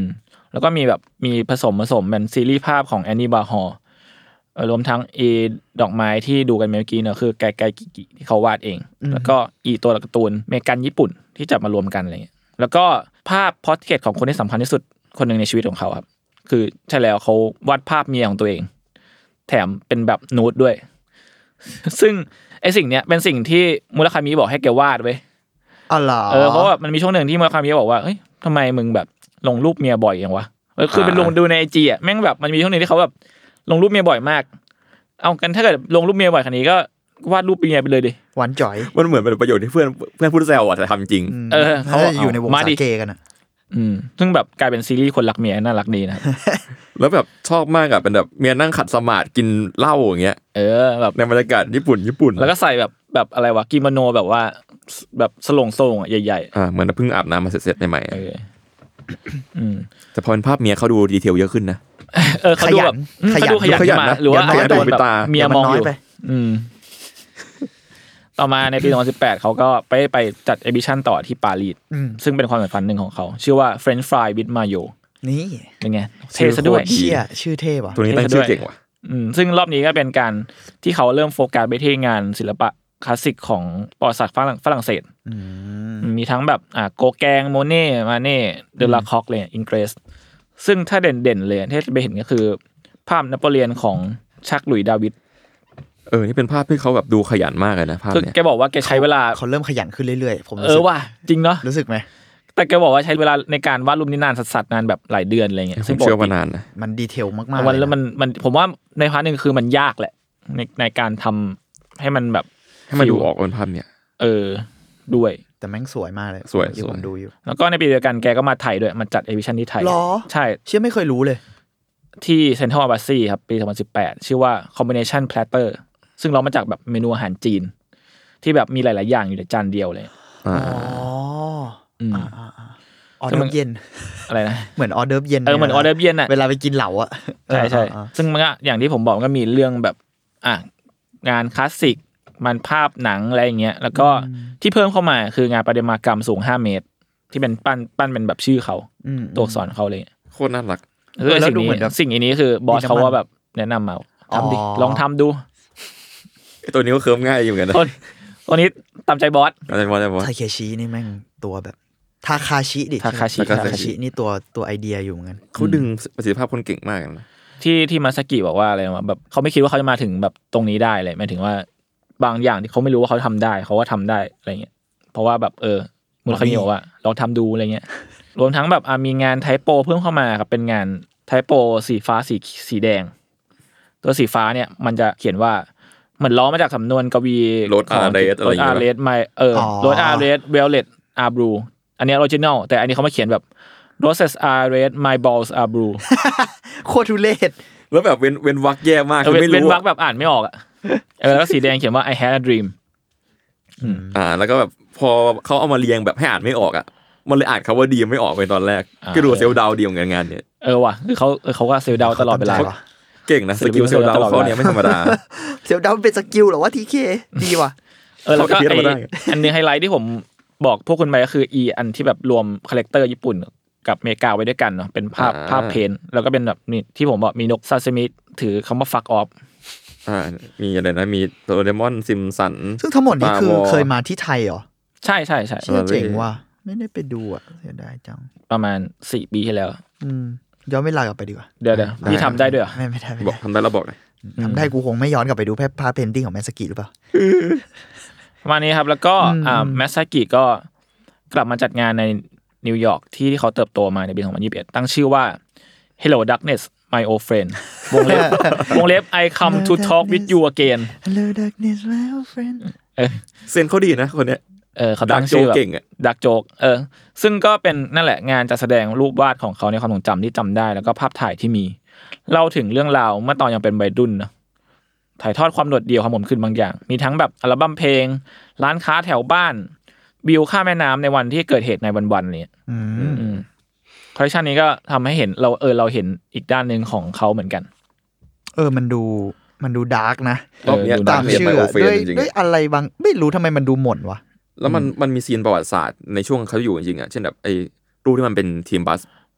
แล้วก็มีแบบมีผสมผสมเป็นซีรีส์ภาพของแอนนี่บาฮอร์รวมทั้งเอดอกไม้ที่ดูกันเมื่อกี้เนอะคือไกไกกิกิที่เขาวาดเองแล้วก็อีตัวการ์ตูนเมกันญี่ปุ่นที่จับมารวมกันอะไรเงี้ยแล้วก็ภาพพอร์เทรตของคนที่สำคัญที่สุดคนหนึ่งในชีวิตของเขาครับคือใช่แล้วเขาวาดภาพเมียของตัวเองแถมเป็นแบบนูดด้วยซึ่งไอสิ่งเนี้ยเป็นสิ่งที่มุราคามิบอกให้แกวาดไว้อ๋อเหรอเออเพราะว่ามันมีช่วงหนึ่งที่มุราคามิบอกว่าเฮ้ยทำไมมึงแบบลงรูปเมียบ่อยอย่างวะเออคือเป็นลงดูใน ไอ จี อ่ะแม่งแบบมันมีช่วงนึงที่เขาแบบลงรูปเมียบ่อยมากเอากันถ้าเกิดลงรูปเมียบ่อยขนาดนี้ก็วาดรูปเมียไปเลยดิหวานจ่อยมันเหมือนเป็นประโยชน์ที่เพื่อนเพื่อนพูดแซวอ่ะแต่ทำจริงเออเขาอยู่ในวงสาเกกันอ่ะอืมซึ่งแบบกลายเป็นซีรีส์คนรักเมียน่ารักดีนะแล้วแบบชอบมากอ่ะเป็นแบบเมียนั่งขัดสมาธิกินเหล้าอย่างเงี้ยเออแบบในบรรยากาศญี่ปุ่นญี่ปุ่นแล้วก็ใส่แบบแบบอะไรวะกิโมโนแบบว่าแบบสลงโซงอ่ะใหญ่ๆอ่าเหมือนเพิ่งอาบน้ำมาเสร็จๆใหม่ๆเอออืมแต่พอเป็นภาพเมียเขาดูดีเทลเยอะขึ้นนะเออเขาดูแบบเขาดูขยันมาหรือว่าโดนแบบเมียมองอยู่อืมต่อมาในปีสองพันสิบแปดเขาก็ไปไปจัดเอ็กซิบิชันต่อที่ปารีสซึ่งเป็นความฝันหนึ่งของเขาชื่อว่า French Fry with Mayo นี่เป็นไงเท่ซะด้วยเชี่ยชื่อเท่ว่ะตัวนี้ตั้งชื่อเก่งว่ะอืมซึ่งรอบนี้ก็เป็นการที่เขาเริ่มโฟกัสไปที่งานศิลปะคลาสสิกของประวัติศาสตร์ฝรั่งฝรั่งเศสมีทั้งแบบอ่าโกแกงโมเน่มาเน่เดลาคอกเลยอิงเกรสซึ่งถ้าเด่นๆเลยที่จะไปเห็นก็คือภาพนโปเลียนของชักหลุยส์ดาวิดเออนี่เป็นภาพที่เขาแบบดูขยันมากเลยนะภาพเนี่ยแกบอกว่าแกใช้เวลาเขาเริ่มขยันขึ้นเรื่อยๆผมเออว่ะจริงเนาะรู้สึกไหมแต่แกบอกว่าใช้เวลาในการวาดรูปนี้นานสัสๆนานแบบหลายเดือนอะไรเงี้ยซึ่งเชื่อว่านานนะมันดีเทลมากๆวันแล้วมันมันผมว่าในพาร์ทนึงคือมันยากแหละในในการทำให้มันแบบให้มันดูออกเป็นภาพเนี่ยเออด้วยแต่แม่งสวยมากเลยสวยที่ผมดูอยู่แล้วก็ในปีเดียวกันแกก็มาไทยด้วยมาจัดเอ็กซิบิชันที่ไทยใช่เชื่อไม่เคยรู้เลยที่เซ็นทรัลอาร์บัสซี่ครับปีสองพันสิบแปดชื่อว่า Combination Platter ซึ่งเรามาจากแบบเมนูอาหารจีนที่แบบมีหลายๆอย่างอยู่ในจานเดียวเลยอ๋ออืมออเดิร์ฟเย็นอะไรนะเหมือนออเดิร์ฟเย็นเออเหมือนออเดิร์ฟเย็นอ่ะเวลาไปกินเหลาอ่ะใช่ๆซึ่งมันก็อย่างที่ผมบอกก็มีเรื่องแบบอ่ะงานคลาสสิกมันภาพหนังอะไรอย่างเงี้ยแล้วก็ที่เพิ่มเข้ามาคืองานประติมากรรมสูงห้าเมตรที่เป็นปั้นปั้นเป็นแบบชื่อเขาตัวอักษรเขาเลยโคตรน่ารักเออสิ่งนี้สิ่งนี้คือบอสเขาว่าแบบแนะนำมาทำดิลองทำดูตัวนี้ก็เคิร์มง่ายอยู่เหมือนกันตัวนี้ตามใจบอสตามใจบอสบอสไทเคชินี่แม่งตัวแบบทาคาชิดิทาคาชิทาคาชินี่ตัวตัวไอเดียอยู่เหมือนกันเขาดึงประสิทธิภาพคนเก่งมากนะที่ที่มาซากิบอกว่าอะไรมาแบบเขาไม่คิดว่าเขาจะมาถึงแบบตรงนี้ได้เลยหมายถึงว่าบางอย่างที่เขาไม่รู้ว่าเขาทำได้เขาว่าทำได้อะไรเงี้ยเพราะว่าแบบเออมูลค่าบอกว่าลองทำดูอะไรเงี้ยรวมทั้งแบบมีงานไทโปเพิ่มเข้ามาครับเป็นงานไทโปสีฟ้าสีสีแดงตัวสีฟ้าเนี่ยมันจะเขียนว่าเหมือนล้อมาจากสำนวนกวีของโรดอาร์เรสไม่เออโรดอาร์เรสเวลเลตอาร์บลูอันนี้ออริจินอลแต่อันนี้เขามาเขียนแบบ roses are red my balls are blue โคตรทุเรศแล้วแบบเว้นเว้นวรรคแย่มากคือไม่รู้เว้นวรรคแบบอ่านไม่ออกอ่ะเออแล้วสีแดงเขียนว่า I had a dream อ่าแล้วก็แบบพอเขาเอามาเรียงแบบให้อ่านไม่ออกอ่ะมันเลยอ่านคำว่าดีไม่ออกไปตอนแรกก็ดูเซลล์ดาวดีเหมือนกันงานเนี่ยเออว่ะคือเขาเขาก็เซลล์ดาวตลอดเวลาเก่งนะสกิลเซลล์ดาวเขาเนี่ยไม่ธรรมดาเซลล์ดาวเป็นสกิลเหรอวะทีเคดีว่ะเออแล้วก็อันนึงไฮไลท์ที่ผมบอกพวกคุณไปก็คืออีอันที่แบบรวมคาแรคเตอร์ญี่ปุ่นกับอเมริกาไว้ด้วยกันเนาะเป็นภาพภาพเพนแล้วก็เป็นแบบนี่ที่ผมบอกมีนกซาซิมิถือคำว่า fuck off อ่ามีอะไรนะมีโดเรมอนซิมสันซึ่งทั้งหมดนี้คือเคยมาที่ไทยเหรอใช่ใช่ใช่เจ๋งว่ะไม่ได้ไปดูอ่ะเสียดายจังประมาณสี่ปีที่แล้วอืมย้อนเวลากลับไปดีกว่าเดี๋ยวเดี๋ยวพี่ทำได้ด้วยเหรอไม่ไม่ได้บอกทำได้แล้วบอกเลยทำได้กูคงไม่ย้อนกลับไปดูแค่ภาพเพนติ้งของแมสกิหรือเปล่าประมาณนี้ครับแล้วก็อ่าแมสกิก็กลับมาจัดงานในนิวยอร์กที่ที่เขาเติบโตมาในปีสองพันยี่สิบเอ็ดตั้งชื่อว่า Hello Darkness My Old Friend วงเล็บวงเล็บ I come to talk with you again Hello Darkness My Old Friend เออเซนเขาดีนะคนเนี้ยเออเขาตั้งชื่อแบบดักโจกเออซึ่งก็เป็นนั่นแหละงานจัดแสดงรูปวาดของเขาในความทรงจำที่จำได้แล้วก็ภาพถ่ายที่มีเล่าถึงเรื่องราวเมื่อตอนยังเป็นวัยรุ่นนะถ่ายทอดความโดดเดี่ยวของผมขึ้นบางอย่างมีทั้งแบบอัลบั้มเพลงร้านค้าแถวบ้านวิวข้ามแม่น้ำในวันที่เกิดเหตุในวันๆนี้อืมคอลเลคชันนี้ก็ทำให้เห็นเราเออเราเห็นอีกด้านนึงของเขาเหมือนกันเออมันดูมันดูดาร์กนะตามชื่อด้วยด้วยอะไรบางไม่รู้ทำไมมันดูหม่นวะแล้วมันมันมีซีนประวัติศาสตร์ในช่วงเขาอยู่จริงๆอ่ะเช่นแบบไอ้รูปที่มันเป็นทีมบัส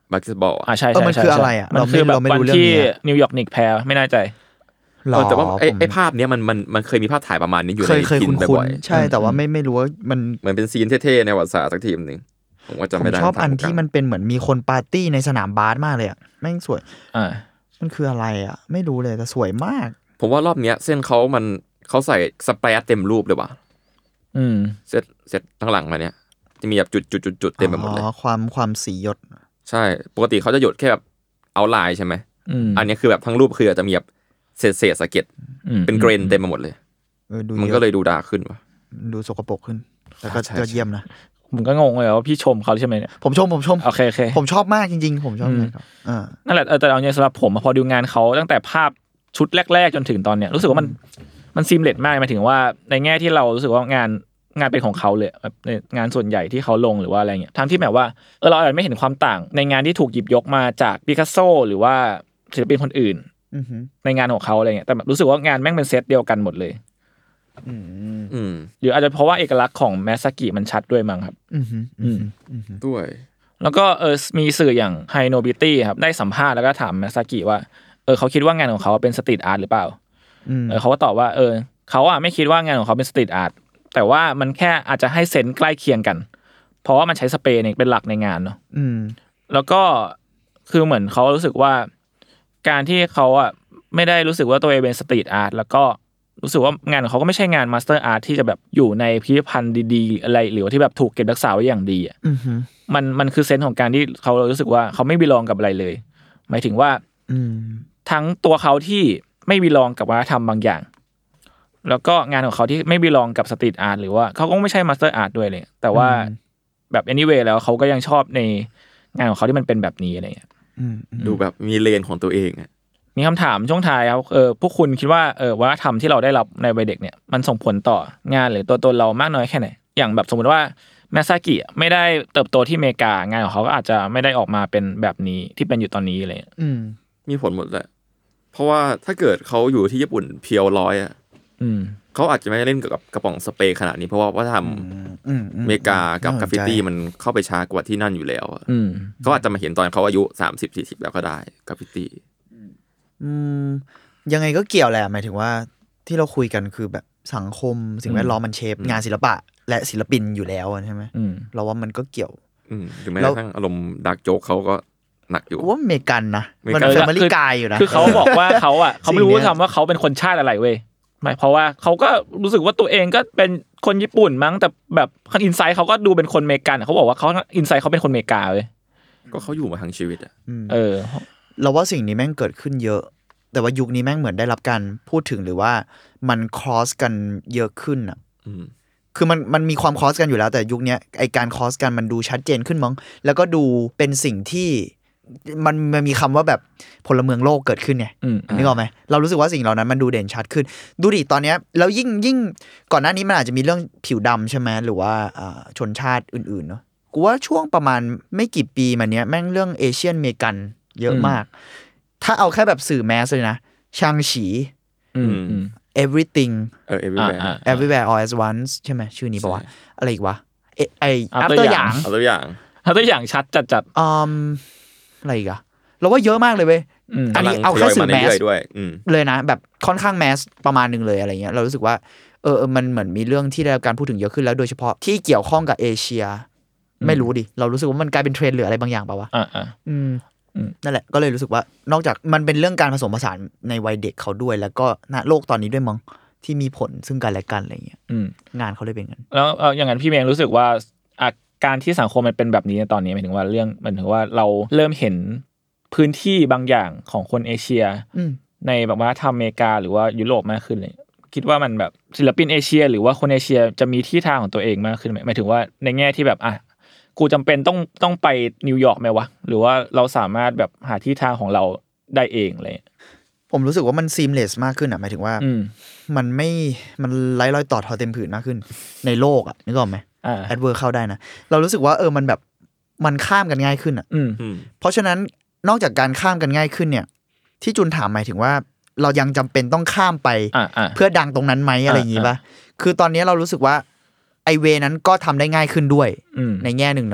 บาสเกตบอลอ่าใช่ๆเออมันคืออะไรอ่ะมันเราคืไม่อแบบเราไม่วันรู้เรื่องที่นี้อะนิวยอร์กนิกแพ้ไม่แน่ใจหรอเออแต่ว่าไอ้ผมไอ้ภาพเนี้ยมันมันมันเคยมีภาพถ่ายประมาณนี้อยู่เคในยเคยทีมคุ้นบ่อยๆใช่แต่ว่าไม่ไม่รู้ว่ามันๆเหมือนเป็นซีนเท่ๆในประวัติศาสตร์สักทีมนึงผมว่าจำผมไม่ได้ชอบอันทางที่มันเป็นเหมือนมีคนปาร์ตี้ในสนามบาสมากเลยอ่ะแม่งสวยอ่ามันคืออะไรอ่ะไม่รู้เลยแต่สวยมากผมว่ารอบเนี้ยเส้นเขามันเขาใส่สเปรย์เต็มรูปเลยว่ะอืมเซตเซตทั้งหลังมาเนี้ยจะมีแบบจุดๆๆๆเต็มไปหมดเลยอ๋อความความสีหยดใช่ปกติเขาจะหยดแค่แบบเอาไลน์ใช่ไหมอืมอันนี้คือแบบทั้งรูปคือจะมีแบบเศษเศษสะเก็ดอืมเป็นเกรนเต็มไปหมดเลยเออดูมันเยก็อะเลยดูดาร์กขึ้นว่ะดูสกปรกขึ้นแต่ก็ใช่ก็ใช่เยี่ยมนะผมก็งงเลยว่าพี่ชมเขาใช่ไหมเนี่ยผมชมผมชมโอเคโอเคผมชอบมากจริงๆ ผมชอบมากครับอ่านั่นแหละเออแต่เอาเนี่ยสำหรับผมอะพอดูงานเขาตั้งแต่ภาพชุดแรกๆจนถึงตอนเนี้ยรู้สึกว่ามันมันซีมเลสมากหมายถึงว่าในแง่ที่เรารู้สึกว่างานงานเป็นของเขาเลยแบบในงานส่วนใหญ่ที่เขาลงหรือว่าอะไรเงี้ยทั้งที่แบบว่าเออเราอาจจะไม่เห็นความต่างในงานที่ถูกหยิบยกมาจากปิกัสโซหรือว่าศิลปินคนอื่นอือหือในงานของเขาอะไรเงี้ยแต่แบบรู้สึกว่างานแม่งเป็นเซตเดียวกันหมดเลยอืมอืมหรืออาจจะเพราะว่าเอกลักษณ์ของแมสซากิมันชัดด้วยมั้งครับอือหืออือหืออือหือด้วยแล้วก็เออมีสื่ออย่างไฮโนบิตี้ครับได้สัมภาษณ์แล้วก็ถามแมสซากิว่าเออเขาคิดว่างานของเขาเป็นสตรีทอาร์ตหรือเปล่าอืมเออเขาก็ตอบว่าเออเขาอ่ะไม่คิดว่างานของเขาเป็นสตรีทอาร์ตแต่ว่ามันแค่อาจจะให้เซนส์ใกล้เคียงกัน เพราะว่ามันใช้สเปรย์เนี่ยเป็นหลักในงานเนาะอืมแล้วก็คือเหมือนเขารู้สึกว่าการที่เขาอ่ะไม่ได้รู้สึกว่าตัวเองเป็นสตรีทอาร์ตแล้วก็รู้สึกว่างานของเขาก็ไม่ใช่งานมาสเตอร์อาร์ตที่จะแบบอยู่ในพิพิธภัณฑ์ดีๆอะไรหรือว่าที่แบบถูกเก็บรักษาไว้อย่างดีอ่ะอือหือมันมันคือเซนส์ของการที่เขารู้สึกว่าเขาไม่บิลองกับอะไรเลย หมายถึงว่าอืมทั้งตัวเขาที่ไม่บิลองกับวัฒนธรรมบางอย่าง แล้วก็งานของเขาที่ไม่บิลองกับสตรีทอาร์ตหรือว่าเขาก็ไม่ใช่มาสเตอร์อาร์ตด้วยเลยแต่ว่าแบบ anyway แล้วเขาก็ยังชอบในงานของเขาที่มันเป็นแบบนี้อะไรเงี้ยอืมดูแบบมีเลนของตัวเองอ่ะมีคำถามช่วงท้ายครับเออพวกคุณคิดว่าเออวัฒนธรรมที่เราได้รับในวัยเด็กเนี่ยมันส่งผลต่องานหรือตัวตนเรามากน้อยแค่ไหนอย่างแบบสมมติว่าแมสซากิไม่ได้เติบโตที่อเมริกางานของเขาก็อาจจะไม่ได้ออกมาเป็นแบบนี้ที่เป็นอยู่ตอนนี้อะไรเงี้ยอืมมีผลหมดแหละเพราะว่าถ้าเกิดเขาอยู่ที่ญี่ปุ่นเพียวร้อยอ่ะอืมเขาอาจจะไม่ได้เล่นกับกระป๋องสเปรย์ขนาดนี้เพราะว่าวัฒนธรรมอืมอเมริกากับน่าสนใจกราฟฟิตี้มันเข้าไปช้ากว่าที่นั่นอยู่แล้วอะอืมเขาอาจจะมาเห็นตอนเขาอายุสามสิบสี่สิบแล้วก็ได้กราฟฟิตี้อืมยังไงก็เกี่ยวแหละหมายถึงว่าที่เราคุยกันคือแบบสังคมสิ่งแวดล้อมมันเชฟงานศิลปะ และศิลปินอยู่แล้วใช่ไหมอืมเราว่ามันก็เกี่ยวอืมหรือแม้แล้กวระทั่งอารมณ์ดักโจ๊กเขาก็หนักอยู่ว่าอเมริกันนะมันอเมริกันแฟมิลี่กายอยู่นะคือเขาบอกว่าเขาอ่ะเขาไม่รู้สิ่งเนี้ยทำว่าเขาเป็นคนชาติอะไรเว้ยไม่เพราะว่าเขาก็รู้สึกว่าตัวเองก็เป็นคนญี่ปุ่นมั้งแต่แบบอินไซต์เขาก็ดูเป็นคนอเมริกันเขาบอกว่าเขาอินไซต์เขาเป็นคนอเมริกาเว้ยก็เขาอยู่มาทั้งชีวิตอ่ะเออเราว่าสิ่งนี้แม่งเกิดขึ้นเยอะ แต่ว่ายุคนี้แม่งเหมือนได้รับการพูดถึงหรือว่ามันครอสกันเยอะขึ้นอ่ะอืมคือมันมันมีความครอสกันอยู่แล้วแต่ยุคนี้ไอการครอสกันมันดูชัดเจนขึ้นมั้งแล้วก็ดูเป็นสิ่งที่มันมันมีคำว่าแบบพลเมืองโลกเกิดขึ้นไงอืมนึกออกไหมเรารู้สึกว่าสิ่งเหล่านั้นมันดูเด่นชัดขึ้น ดูดิตอนเนี้ยแล้วยิ่งยิ่งก่อนหน้านี้มันอาจจะมีเรื่องผิวดำใช่ไหมหรือว่าอ่าชนชาติอื่นๆเนาะกูว่าช่วงประมาณไม่กี่ปีมาเนี้ยแม่งเรื่องเอเชียนเมกันเยอะมาก ถ้าเอาแค่แบบสื่อแมสเลยนะชางฉีอืมอืม everything เออ everywhere อ่า everywhere all at once ใช่ไหมชื่อนี้ปะวะใช่อะไรอีกวะเอไอ After after ออย่างเอาตัวอย่างถ้าตัวอย่างชัดจัดจัดอืมอะไรอีกอะเราว่าเยอะมากเลยเว้ยอืมอันนี้กำลังเอาแค่สื่อทยยแมสเรื่อยๆด้วย อืมเลยนะแบบค่อนข้างแมสประมาณหนึ่งเลยอะไรเงี้ยเรารู้สึกว่าเออเออมันเหมือนมีเรื่องที่ได้รับการพูดถึงเยอะขึ้นแล้วโดยเฉพาะที่เกี่ยวข้องกับเอเชีย ไม่รู้ดิเรารู้สึกว่ามันกลายเป็นเทรนด์หรืออะไรบางอย่างป่าววะอ่าอ่าอืมอืมนั่นแหละก็เลยรู้สึกว่านอกจากมันเป็นเรื่องการผสมผสานในวัยเด็กเขาด้วย แล้วก็ณโลกตอนนี้ด้วยมั้งที่มีผลซึ่งกันและกันอะไรเงี้ยอืมงานเขาเลยเป็นงั้นแล้วเอาอย่างนั้นพี่เมงรู้สึกว่าอาการที่สังคมมันเป็นแบบนี้ในตอนนี้หมายถึงว่าเรื่องมันถึงว่าเราเริ่มเห็นพื้นที่บางอย่างของคนเอเชียอืมในแบบว่าทำอเมริกาหรือว่ายุโรปมากขึ้นเลยคิดว่ามันแบบศิลปินเอเชีย หรือว่าคนเอเชียจะมีที่ทางของตัวเองมากขึ้นไหมหมายถึงว่าในแง่ที่แบบอ่ะกูจำเป็นต้องต้องไปนิวยอร์กไหมวะหรือว่าเราสามารถแบบหาที่ทางของเราได้เองอะไรเลยผมรู้สึกว่ามันซีมเลสมากขึ้นอ่ะหมายถึงว่าอืมมันไม่มันไร้รอยต่อทอเต็มผืนมากขึ้น ในโลกอ่ะนึกออกไหมอ่าแอดเวอร์เข้าได้นะเรารู้สึกว่าเออมันแบบมันข้ามกันง่ายขึ้นอ่ะอืมอืมเพราะฉะนั้นนอกจากการข้ามกันง่ายขึ้นเนี่ย ที่จุนถามหมายถึงว่า เรายังจำเป็นต้องข้ามไปอ่าอ่าเพื่อดังตรงนั้นไหมอะไรอย่างงี้ป่ะคือตอนนี้เรารู้สึกว่าไอเวนั้นก็ทำได้ง่ายขึ้นด้วยอืมในแง่หนึ่งเนาะ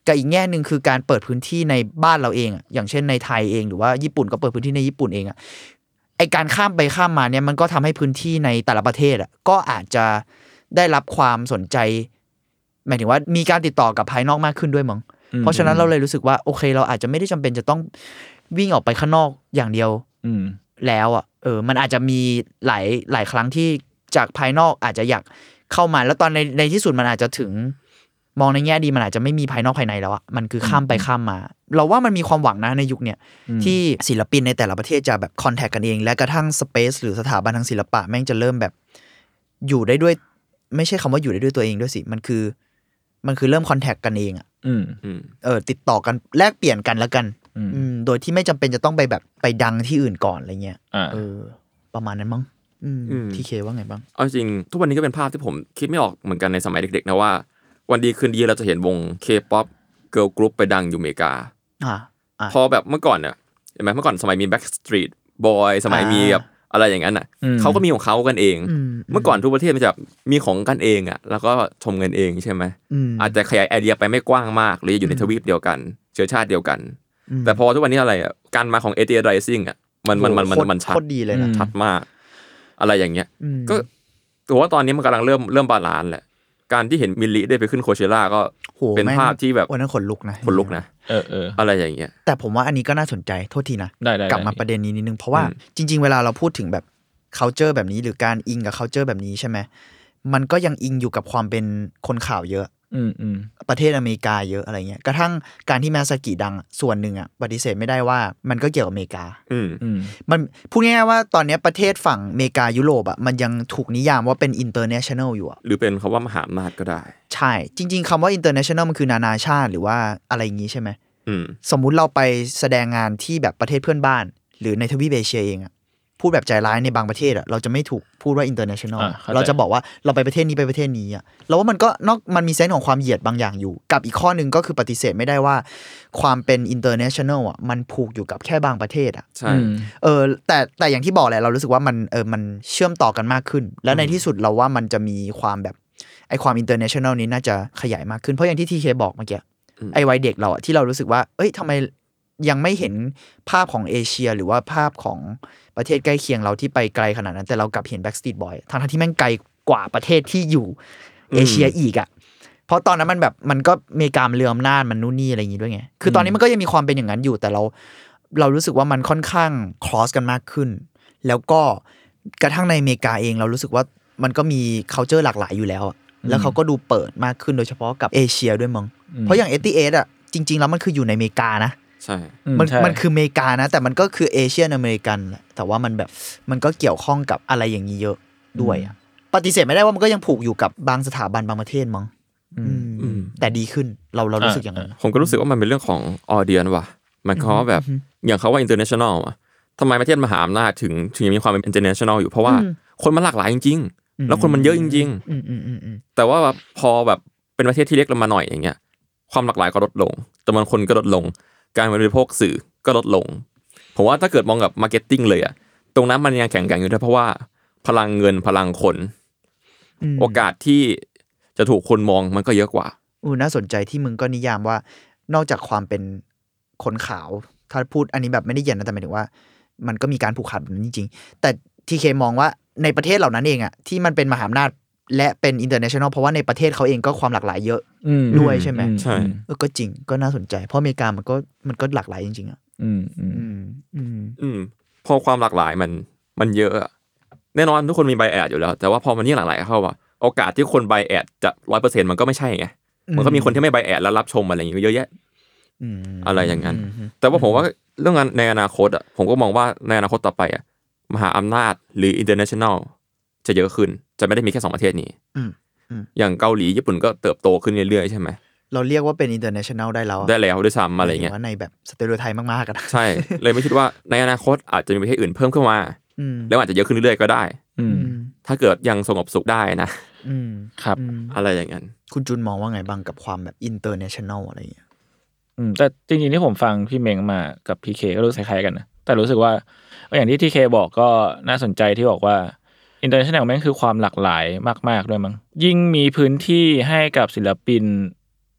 กับอีกแง่นึงคือการเปิดพื้นที่ในบ้านเราเองอ่ะอย่างเช่นในไทยเองหรือว่าญี่ปุ่นก็เปิดพื้นที่ในญี่ปุ่นเองอ่ะไอการข้ามไปข้ามมาเนี่ยมันก็ทำให้พื้นที่ในแต่ละประเทศอ่ะก็อาจจะได้รับความสนใจหมายถึงว่ามีการติดต่อกับภายนอกมากขึ้นด้วยมั้งเพราะฉะนั้นเราเลยรู้สึกว่าโอเคเราอาจจะไม่ได้จำเป็นจะต้องวิ่งออกไปข้างนอกอย่างเดียวแล้วอ่ะเออมันอาจจะมีหลายหลายครั้งที่จากภายนอกอาจจะอยากเข้ามาแล้วตอนในในที่สุดมันอาจจะถึงมองในแง่ดีมันอาจจะไม่มีภายนอกภายในแล้วอ่ะมันคือข้ามไปข้ามมาเราว่ามันมีความหวังนะในยุคเนี้ยที่ศิลปินในแต่ละประเทศจะแบบคอนแทคกันเองและกระทั่งสเปซหรือสถาบันทางศิลปะแม่งจะเริ่มแบบอยู่ได้ด้วยไม่ใช่คำว่าอยู่ได้ด้วยตัวเองด้วยสิมันคือมันคือเริ่มคอนแทคกันเองอ่ะเออติดต่อกันแลกเปลี่ยนกันแล้วกันโดยที่ไม่จำเป็นจะต้องไปแบบไปดังที่อื่นก่อนอะไรเงี้ยเออประมาณนั้นมั้งที่เคว่าไงบ้างเอาจริงทุกวันนี้ก็เป็นภาพที่ผมคิดไม่ออกเหมือนกันในสมัยเด็กๆนะว่าวันดีคืนดีเราจะเห็นวง K-pop girl group ไปดังอยู่อเมริกาพอแบบเมื่อก่อนเนี่ยเห็นไหมเมื่อก่อนสมัยมี Backstreet Boy สมัยมีแบบอะไรอย่างนั้นอ่ะเขาก็มีของเขากันเองเมื่อก่อนทุกประเทศมันจะมีของกันเองอ่ะแล้วก็ชมกันเองใช่ไหมอาจจะขยายไอเดียไปไม่กว้างมากหรืออยู่ในทวีปเดียวกันเชื้อชาติเดียวกันแต่พอทุกวันนี้อะไรอ่ะการมาของ เอ ที เอ Rising อ่ะมันมันมันมันชัดดีเลยนะชัดมากอะไรอย่างเงี้ยก็ถือว่าตอนนี้มันกำลังเริ่มเริ่มบาลานซ์แหละการที่เห็นมิลลิได้ไปขึ้นโคเชล่าก็เป็นภาพที่แบบวันนั้นขนลุกนะขนลุกนะเออเอออะไรอย่างเงี้ยแต่ผมว่าอันนี้ก็น่าสนใจโทษทีนะกลับมาประเด็นนี้นิดนึงเพราะว่าจริงๆเวลาเราพูดถึงแบบ culture แบบนี้หรือการอิงกับ culture แบบนี้ใช่ไหมมันก็ยังอิงอยู่กับความเป็นคนข่าวเยอะประเทศอเมริกาเยอะอะไรเงี้ยกระทั่งการที่แมสกิดังส่วนหนึ่งอ่ะปฏิเสธไม่ได้ว่ามันก็เกี่ยวกับอเมริกามันพูดง่ายๆว่าตอนนี้ประเทศฝั่งอเมริกายุโรปอ่ะมันยังถูกนิยามว่าเป็น international อยู่อ่ะหรือเป็นคำว่ามหาอำนาจก็ได้ใช่จริงๆคำว่า international มันคือนานาชาติหรือว่าอะไรอย่างงี้ใช่ไหมสมมุติเราไปแสดงงานที่แบบประเทศเพื่อนบ้านหรือในทวีปเอเชียเองอ่ะพูดแบบใจร้ายในบางประเทศอ่ะเราจะไม่ถูกพูดว่า international เราจะบอกว่าเราไปประเทศนี้ไปประเทศนี้อ่ะเราว่ามันก็นอกมันมีเซนส์ของความเหยียดบางอย่างอยู่กับอีกข้อนึงก็คือปฏิเสธไม่ได้ว่าความเป็น international อ่ะมันผูกอยู่กับแค่บางประเทศอ่ะใช่เออแต่แต่อย่างที่บอกแหละเรารู้สึกว่ามันเออมันเชื่อมต่อกันมากขึ้นแล้วในที่สุดเราว่ามันจะมีความแบบไอความ international นี้น่าจะขยายมากขึ้นเพราะอย่างที่ทีเคบอกเมื่อกี้ไอวัยเด็กเราอ่ะที่เรารู้สึกว่าเอ้ยทำไมยังไม่เห็นภาพของเอเชียหรือว่าภาพของประเทศใกล้เคียงเราที่ไปไกลขนาดนั้นแต่เรากลับเห็น Backstreet Boy ทั้งๆที่แม่งไกลกว่าประเทศที่อยู่เอเชียอีกอ่ะเพราะตอนนั้นมันแบบมันก็อเมริกาเรืออำนาจมันนู่นนี่อะไรอย่างงี้ด้วยไงคือตอนนี้มันก็ยังมีความเป็นอย่างนั้นอยู่แต่เราเรารู้สึกว่ามันค่อนข้าง cross กันมากขึ้นแล้วก็กระทั่งในอเมริกาเองเรารู้สึกว่ามันก็มี culture หลากหลายอยู่แล้วแล้วเขาก็ดูเปิดมากขึ้นโดยเฉพาะกับเอเชียด้วยมั้งเพราะอย่างเอทีเอสอ่ะจริงๆแล้วมันคืออยู่ในอเมริกานะใช่มันมันคืออเมริกานะแต่มันก็คือเอเชียนอเมริกันแหละแต่ว่ามันแบบมันก็เกี่ยวข้องกับอะไรอย่างนี้เยอะด้วยอ่ะปฏิเสธไม่ได้ว่ามันก็ยังผูกอยู่กับบางสถาบันบางประเทศมั้งแต่ดีขึ้นเราเรารู้สึกอย่างนั้นผมก็รู้สึกว่ามันเป็นเรื่องของออเดียนว่ะมันเขาแบบอย่างเขาว่า international อ่ะทำไมประเทศมหาอำนาจถึงถึงยังมีความเป็น international อยู่เพราะว่าคนมันหลากหลายจริงๆแล้วคนมันเยอะจริงๆแต่ว่าพอแบบเป็นประเทศที่เล็กลงมาหน่อยอย่างเงี้ยความหลากหลายก็ลดลงจำนวนคนก็ลดลงการบริโภคสื่อก็ลดลงผมว่าถ้าเกิดมองกับมาร์เก็ตติ้งเลยอะตรงนั้นมันยังแข็งแกร่งอยู่ด้วยเพราะว่าพลังเงินพลังคนโอกาสที่จะถูกคนมองมันก็เยอะกว่าอู้น่าสนใจที่มึงก็นิยามว่านอกจากความเป็นคนขาวถ้าพูดอันนี้แบบไม่ได้เหยียดนะแต่หมายถึงว่ามันก็มีการผูกขาดแบบนั้นจริงๆแต่ทีเคมองว่าในประเทศเหล่านั้นเองอะที่มันเป็นมหาอำนาจและเป็น international เพราะว่าในประเทศเขาเองก็ความหลากหลายเยอะด้วยใช่ไหมใช่เออก็จริงก็น่าสนใจเพราะอเมริกามันก็มันก็หลากหลายจริงๆอ่ะอืมอืมอืมอืมพอความหลากหลายมันมันเยอะแน่นอนทุกคนมีไบแอดอยู่แล้วแต่ว่าพอมันยิ่งหลากหลายเข้าว่าโอกาสที่คนไบแอดจะ ร้อยเปอร์เซ็นต์ มันก็ไม่ใช่ไงมันก็มีคนที่ไม่ไบแอดแล้วรับชมอะไรอย่างเงี้ยเยอะแยะอะไรอย่างนั้นแต่ว่าผมว่าเรื่องในอนาคตอ่ะผมก็มองว่าในอนาคตต่อไปอ่ะมหาอำนาจหรือ international จะเยอะขึ้นจะไม่ได้มีแค่สองประเทศนี้อย่างเกาหลีญี่ปุ่นก็เติบโตขึ้นเรื่อยๆใช่ไหมเราเรียกว่าเป็น international ได้แล้วได้แล้วด้วยซ้ำอะไรเงี้ยว่าในแบบสเตอริโอไทป์มากๆกันใช่เลยไม่คิดว่าในอนาคตอาจจะมีประเทศอื่นเพิ่มขึ้นมาแล้วอาจจะเยอะขึ้นเรื่อยๆก็ได้ถ้าเกิดยังสงบสุขได้นะครับอะไรอย่างนั้นคุณจุนมองว่าไงบ้างกับความแบบ international อะไรอย่างเงี้ยแต่จริงๆที่ผมฟังพี่เมงมากับพีเคก็รู้สึกคล้ายๆกันนะแต่รู้สึกว่าอย่างที่ทีเคบอกก็น่าสนใจที่บอกว่าinternational แม่งคือความหลากหลายมากๆด้วยมั้งยิ่งมีพื้นที่ให้กับศิลปิน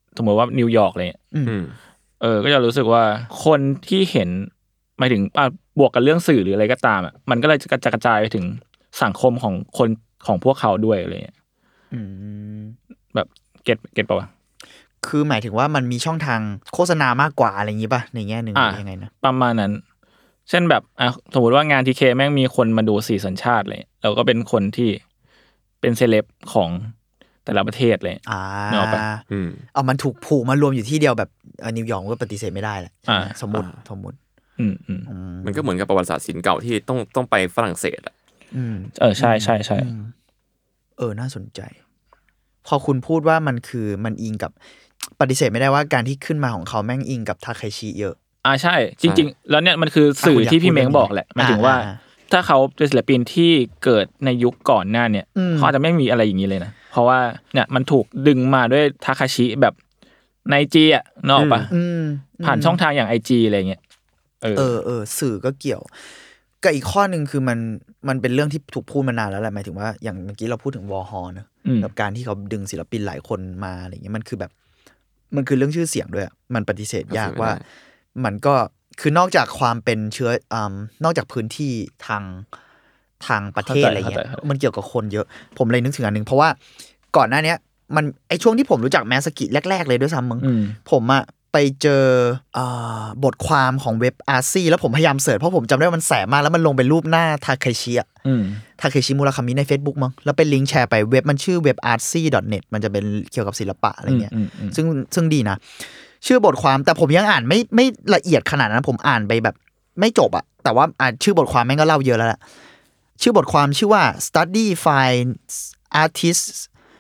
สมมติว่านิวยอร์กอะไรเงี้ยเออก็จะรู้สึกว่าคนที่เห็นหมายถึงอ่ะบวกกับเรื่องสื่อหรืออะไรก็ตามอ่ะมันก็เลยจะกระจายไปถึงสังคมของคนของพวกเขาด้วยอะไรเงี้ยแบบเก็ตเก็ตป่ะวะคือหมายถึงว่ามันมีช่องทางโฆษณามากกว่าอะไรอย่างงี้ป่ะในแง่นึงยังไงนะประมาณนั้นเช่นแบบอ่ะสมมติว่างาน ที เค แม่งมีคนมาดูสี่สัญชาติเลยแล้วก็เป็นคนที่เป็นเซเลบของแต่ละประเทศเลยอ่าเนาะป่ะอืมเอามันถูกผูกมารวมอยู่ที่เดียวแบบนิวยอร์กก็ปฏิเสธไม่ได้แหละสมมุติสมมุติอืมอืมมันก็เหมือนกับประวัติศาสตร์ศิลป์เก่าที่ต้องต้องไปฝรั่งเศสอ่ะอืมเออใช่ใช่ใช่เออน่าสนใจพอคุณพูดว่ามันคือมันอิงกับปฏิเสธไม่ได้ว่าการที่ขึ้นมาของเขาแม่งอิงกับทาเคชิเยอะอ่าใช่จริงๆแล้วเนี่ยมันคือสื่อที่พี่เม้งบอกแหละหมายถึงว่าถ้าเขาเป็นศิลปินที่เกิดในยุคก่อนหน้าเนี่ยเขาอาจจะไม่มีอะไรอย่างนี้เลยนะเพราะว่าเนี่ยมันถูกดึงมาด้วยทาคาชิแบบใน ไอ จี อ่ะนอกปะผ่านช่องทางอย่าง ไอ จี อะไรเงี้ยเออเออเออสื่อก็เกี่ยวกับอีกข้อนึงคือมันมันเป็นเรื่องที่ถูกพูดมานานแล้วแหละหมายถึงว่าอย่างเมื่อกี้เราพูดถึงวอร์ฮอลนะกับการที่เขาดึงศิลปินหลายคนมาอะไรเงี้ยมันคือแบบมันคือเรื่องชื่อเสียงด้วยมันปฏิเสธยากว่ามันก็คือนอกจากความเป็นเชื้ออ่านอกจากพื้นที่ทางทางประเทศอะไรเงี้ยมันเกี่ยวกับคนเยอะผมเลยนึกถึงอันนึงเพราะว่าก่อนหน้านี้มันไอช่วงที่ผมรู้จักแมสกิแรกๆเลยด้วยซ้ำมึงผมอะไปเจอบทความของเว็บอาร์ซี่แล้วผมพยายามเสิร์ชเพราะผมจำได้ว่ามันแสบมากแล้วมันลงเป็นรูปหน้าทาเคชิอะทาเคชิมูราคามิใน Facebook มั้งแล้วเป็นลิงก์แชร์ไปเว็บมันชื่อเว็บ อาร์ซี่ ดอท เน็ต มันจะเป็นเกี่ยวกับศิลปะอะไรเงี้ยซึ่งซึ่งดีนะชื่อบทความแต่ผมยังอ่านไม่ไม่ละเอียดขนาดนั้นผมอ่านไปแบบไม่จบอะแต่ว่าอ่านชื่อบทความแม่งก็เล่าเยอะแล้วแหละชื่อบทความชื่อว่า Study finds artists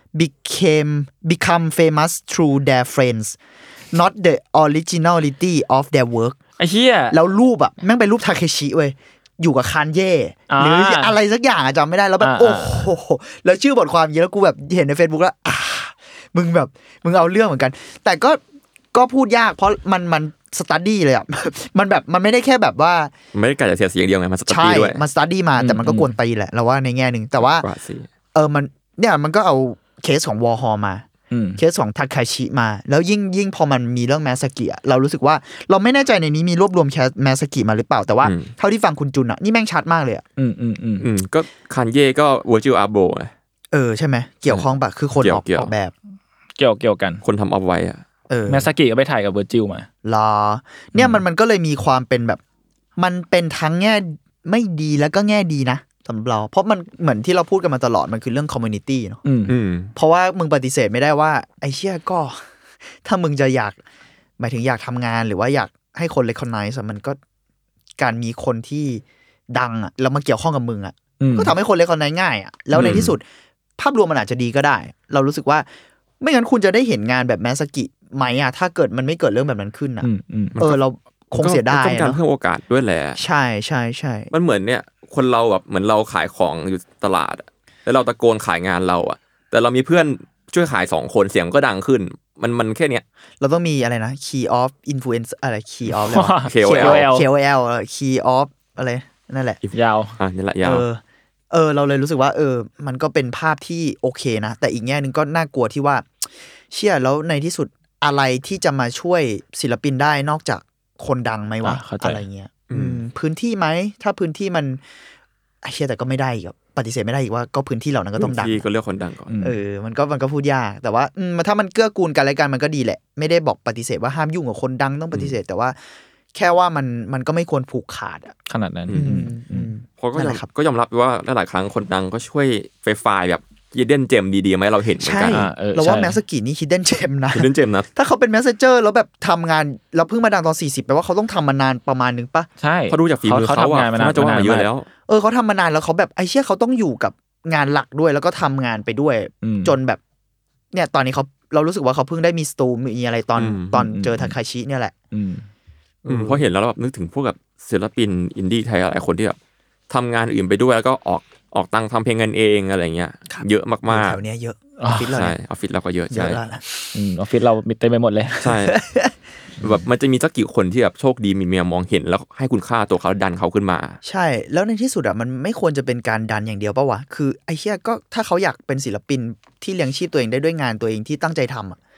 became become famous through their friends not the originality of their work ไอ้เหี้ยแล้วรูปอ่ะแม่งเป็นรูปทาเคชิเว้ยอยู่กับคานเย่หรืออะไรสักอย่างจำไม่ได้แล้วแบบโอ้โหแล้วชื่อบทความเยอะแล้วกูแบบเห็นใน Facebook แล้วมึงแบบมึงเอาเรื่องเหมือนกันแต่ก็ก็พูดยากเพราะมันมันสตั๊ดดี้เลยอ่ะมันแบบมันไม่ได้แค่แบบว่าไม่ได้กะจะเสียเสียงเดียวไงมันสตั๊ดดี้ด้วยมันสตั๊ดดี้มาแต่มันก็กวนตีแหละเราว่าในแง่นึงแต่ว่าเออมันเนี่ยมันก็เอาเคสของวอร์ฮอลมาเคสของทาคาชิมาแล้วยิ่งยิ่งพอมันมีเรื่องแมสกิอ่ะเรารู้สึกว่าเราไม่แน่ใจในนี้มีรวบรวมแคสแมสกิมาหรือเปล่าแต่ว่าเท่าที่ฟังคุณจุนอ่ะนี่แม่งชัดมากเลยอ่ะอืมอืมอืมอืมก็คันเย่ก็วอร์จิลอาร์โบเออใช่ไหมเกี่ยวข้องปะคือคนออกออกแบบเกี่ยวเกี่ยวกันคนทำเอาไว้อ่ะเออแมสกิก็ไปถ่ายกับเวอร์จิลมาลาเนี่ยมันมันก็เลยมีความเป็นแบบมันเป็นทั้งแง่ไม่ดีแล้วก็แง่ดีนะสำหรับเราเพราะมันเหมือนที่เราพูดกันมาตลอดมันคือเรื่องคอมมูนิตี้เนาะเพราะว่ามึงปฏิเสธไม่ได้ว่าไอ้เชี่ยก็ถ้ามึงจะอยากหมายถึงอยากทำงานหรือว่าอยากให้คน recognize มันก็การมีคนที่ดังอ่ะแล้วมาเกี่ยวข้องกับมึงอ่ะก็ทำให้คน recognize ง่ายอ่ะแล้วในที่สุดภาพรวมมันอาจจะดีก็ได้เรารู้สึกว่าไม่งั้นคุณจะได้เห็นงานแบบแมสกิไหมอ่ะถ้าเกิดมันไม่เกิดเรื่องแบบนั้นขึ้นอ่ะเออเราคงเสียดายต้องการเพิ่มโอกาสด้วยแหละใช่ใช่ใช่มันเหมือนเนี่ยคนเราแบบเหมือนเราขายของอยู่ตลาดแล้วเราตะโกนขายงานเราอ่ะแต่เรามีเพื่อนช่วยขายสองคนเสียงก็ดังขึ้นมันมันแค่เนี้ยเราต้องมีอะไรนะ key of influence อะไร key of แล้วเค โอ แอลเค โอ แอล key of อะไรนั่นแหละยาวอ่ะนี่แหละยาวเออเออเราเลยรู้สึกว่าเออมันก็เป็นภาพที่โอเคนะแต่อีกแง่นึงก็น่ากลัวที่ว่าเชี่ยแล้วในที่สุดอะไรที่จะมาช่วยศิลปินได้นอกจากคนดังไหมวะอะไรเงี้ยพื้นที่ไหมถ้าพื้นที่มันเชี่ยแต่ก็ไม่ได้อีกปฏิเสธไม่ได้อีกว่าก็พื้นที่เหล่านั้นก็ต้องดังที่ก็เลือกคนดังก่อนเออมันก็มันก็พูดยากแต่ว่าถ้ามันเกื้อกูลกันและกันมันก็ดีแหละไม่ได้บอกปฏิเสธว่าห้ามยุ่งกับคนดังต้องปฏิเสธแต่ว่าแค่ว่ามันมันก็ไม่ควรผูกขาดขนาดนั้นเพราะก็ก็ยอมรับว่าหลายครั้งคนดังก็ช่วยไฟไฟแบบHidden Gem ดีๆไหมเราเห็นเหมือนกันเราว่าแมสกินี่ Hidden Gem นะ Hidden Gem นะถ้าเขาเป็น Messenger แล้วแบบทำงานแล้วเพิ่งมาดังตอนสี่สิบแปลว่าเขาต้องทำมานานประมาณนึงป่ะใช่เขาดูจากฝีมือเขาอ่ะเขาจะว่ามาเยอะแล้วเออเขาทำมานานแล้วเขาแบบไอ้เชี่ยเขาต้องอยู่กับงานหลักด้วยแล้วก็ทำงานไปด้วยจนแบบเนี่ยตอนนี้เขาเรารู้สึกว่าเขาเพิ่งได้มีสตูมีอะไรตอนตอนเจอทาคาชิเนี่ยแหละเพราะเห็นแล้วแบบนึกถึงพวกแบบศิลปินอินดี้ไทยหลายคนที่แบบทำงานอื่นไปด้วยแล้วก็ออกออกตังค์ทำเพลงกันเองอะไรเงี้ยเยอะมากๆแถวเนี้ยเยอะออฟฟิศเราใช่ออฟฟิศเราก็เยอะใช่ออฟฟิศเรามีเต็มไปหมดเลยใช่แบบมันจะมีสักกี่คนที่แบบโชคดีมีเมียมองเห็นแล้วให้คุณค่าตัวเขาดันเขาขึ้นมาใช่แล้วในที่สุดอ่ะมันไม่ควรจะเป็นการดันอย่างเดียวป่ะวะคือไอ้เหี้ยก็ถ้าเขาอยากเป็นศิลปินที่เลี้ยงชีพตัวเองได้ด้วยงานตัวเองที่ตั้งใจทำอ่ะ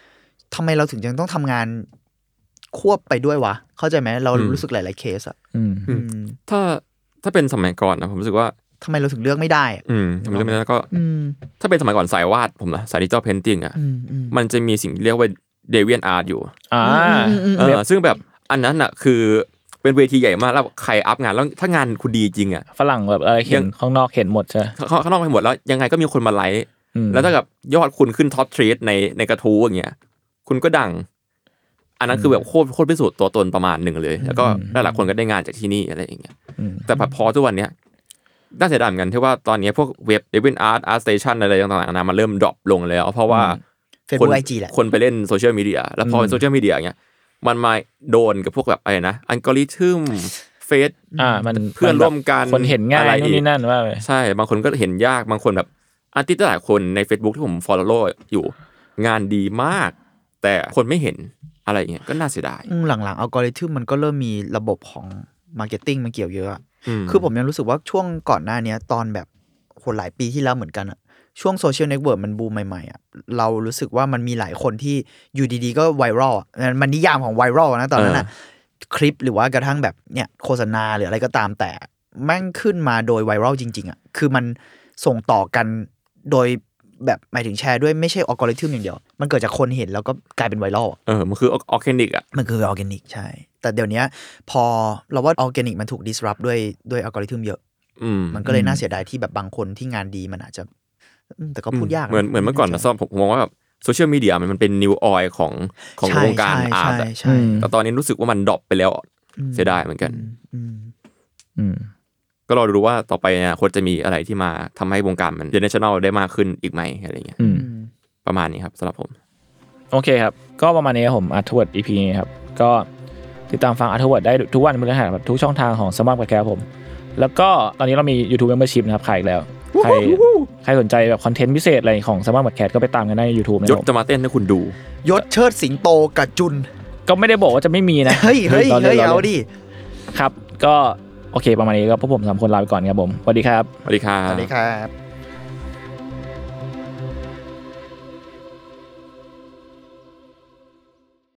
ทำไมเราถึงยังต้องทำงานควบไปด้วยวะเข้าใจไหมเรารู้สึกหลายๆเคสอ่ะถ้าถ้าเป็นสมัยก่อนนะผมรู้สึกว่าทำไมเราถึงเลือกไม่ได้อืมทำไมเลือกไม่ได้ก็ถ้าเป็นสมัยก่อนสายวาดผมนะสายดิจิตอลเพนติ้งอ่ะมันจะมีสิ่งเรียกว่าเดเวียนอาร์ตอยู่อ่าเออซึ่งแบบอันนั้นอ่ะคือเป็นเวทีใหญ่มากแล้วใครอัพงานแล้วถ้างานคุณดีจริงอ่ะฝรั่งแบบอะไรเห็นข้างนอกเห็นหมดใช่ข้างนอกเห็นหมดแล้วยังไงก็มีคนมาไลค์แล้วถ้ากับยอดคุณขึ้นท็อปทรีตในในกระทู้อย่างเงี้ยคุณก็ดังอันนั้นคือแบบโคตรโคตรพิสูจน์ตัวตนประมาณหนึ่งเลยแล้วก็หลายๆคนก็ได้งานจากที่นี่อะไรอย่างเงี้ยแต่พอทุกวันเนี้ยน่าเสียดายเหมือนกันที่ว่าตอนนี้พวกเว็บ Devin Art Art Station อะไรต่างๆนะมันเริ่มดรอปลงแล้วเพราะว่าคน ไอ จี แหละคนไปเล่นโซเชียลมีเดียแล้วพอเป็นโซเชียลมีเดียเงี้ยมันมาโดนกับพวกแบบอะไรนะอัลกอริทึมเฟซอ่ามันเพื่อนร่วมกันคนเห็นง่ายนู่นนี่นั่นว่าใช่บางคนก็เห็นยากบางคนแบบอาร์ติสต์หลายคนใน Facebook ที่ผม follow อยู่งานดีมากแต่คนไม่เห็นอะไรเงี้ยก็น่าเสียดายหลังๆอัลกอริทึมมันก็เริ่มมีระบบของมาร์เก็ตติ้งมันเกี่ยวเยอะคือผมยังรู้สึกว่าช่วงก่อนหน้านี้ตอนแบบโหหลายปีที่แล้วเหมือนกันอะช่วงโซเชียลเน็ตเวิร์คมันบูมใหม่ๆอะเรารู้สึกว่ามันมีหลายคนที่อยู่ดีๆก็ไวรัลมันนิยามของไวรัลนะตอนนั้นอะคลิปหรือว่ากระทั่งแบบเนี่ยโฆษณาหรืออะไรก็ตามแต่แม่งขึ้นมาโดยไวรัลจริงๆอะคือมันส่งต่อกันโดยแบบหมายถึงแชร์ด้วยไม่ใช่อัลกอริทึมอย่างเดียวมันเกิดจากคนเห็นแล้วก็กลายเป็นไวรัลเออมันคือออร์แกนิกอ่ะมันคือออร์แกนิกใช่แต่เดี๋ยวนี้พอเราว่าออร์แกนิกมันถูก disrupt ด้วยด้วยอัลกอริทึมเยอะมันก็เลยน่าเสียดายที่แบบบางคนที่งานดีมันอาจจะแต่ก็พูดยากเหมือนเหมือนเมื่อก่อนนะซ่อมผมมองว่าแบบโซเชียลมีเดียมันเป็นนิวออยล์ของของวงการอาร์ตแต่ตอนนี้รู้สึกว่ามันดรอปไปแล้วเสียดายเหมือนกันก็รอดูว่าต่อไปเนี่ยควรจะมีอะไรที่มาทำให้วงการมันเจเนอเรชั่นแนลได้มากขึ้นอีกไหมอะไรเงี้ยประมาณนี้ครับสำหรับผมโอเคครับก็ประมาณนี้ผมอาร์ทเวิร์ด อี พี นี้ครับก็ติดตามฟังอาร์ทเวิร์ดได้ทุกวันพฤหัสครับทุกช่องทางของ Smart Podcast ผมแล้วก็ตอนนี้เรามี YouTube Membership นะครับขายอีกแล้วใครใครสนใจแบบคอนเทนต์พิเศษอะไรของ Smart Podcast ก็ไปตามกันได้ใน YouTube นะครับยศจะมาเต้นให้คุณดูยศเชิดสิงโตกับจุนก็ไม่ได้บอกว่าจะไม่มีนะเฮ้ยเฮ้ยเฮ้ยเอาดิครับก็โอเคประมาณนี้ก็พวกผมสามคนลาไปก่อนครับผมสวัสดีครับสวัสดีครับสวัสดีครับ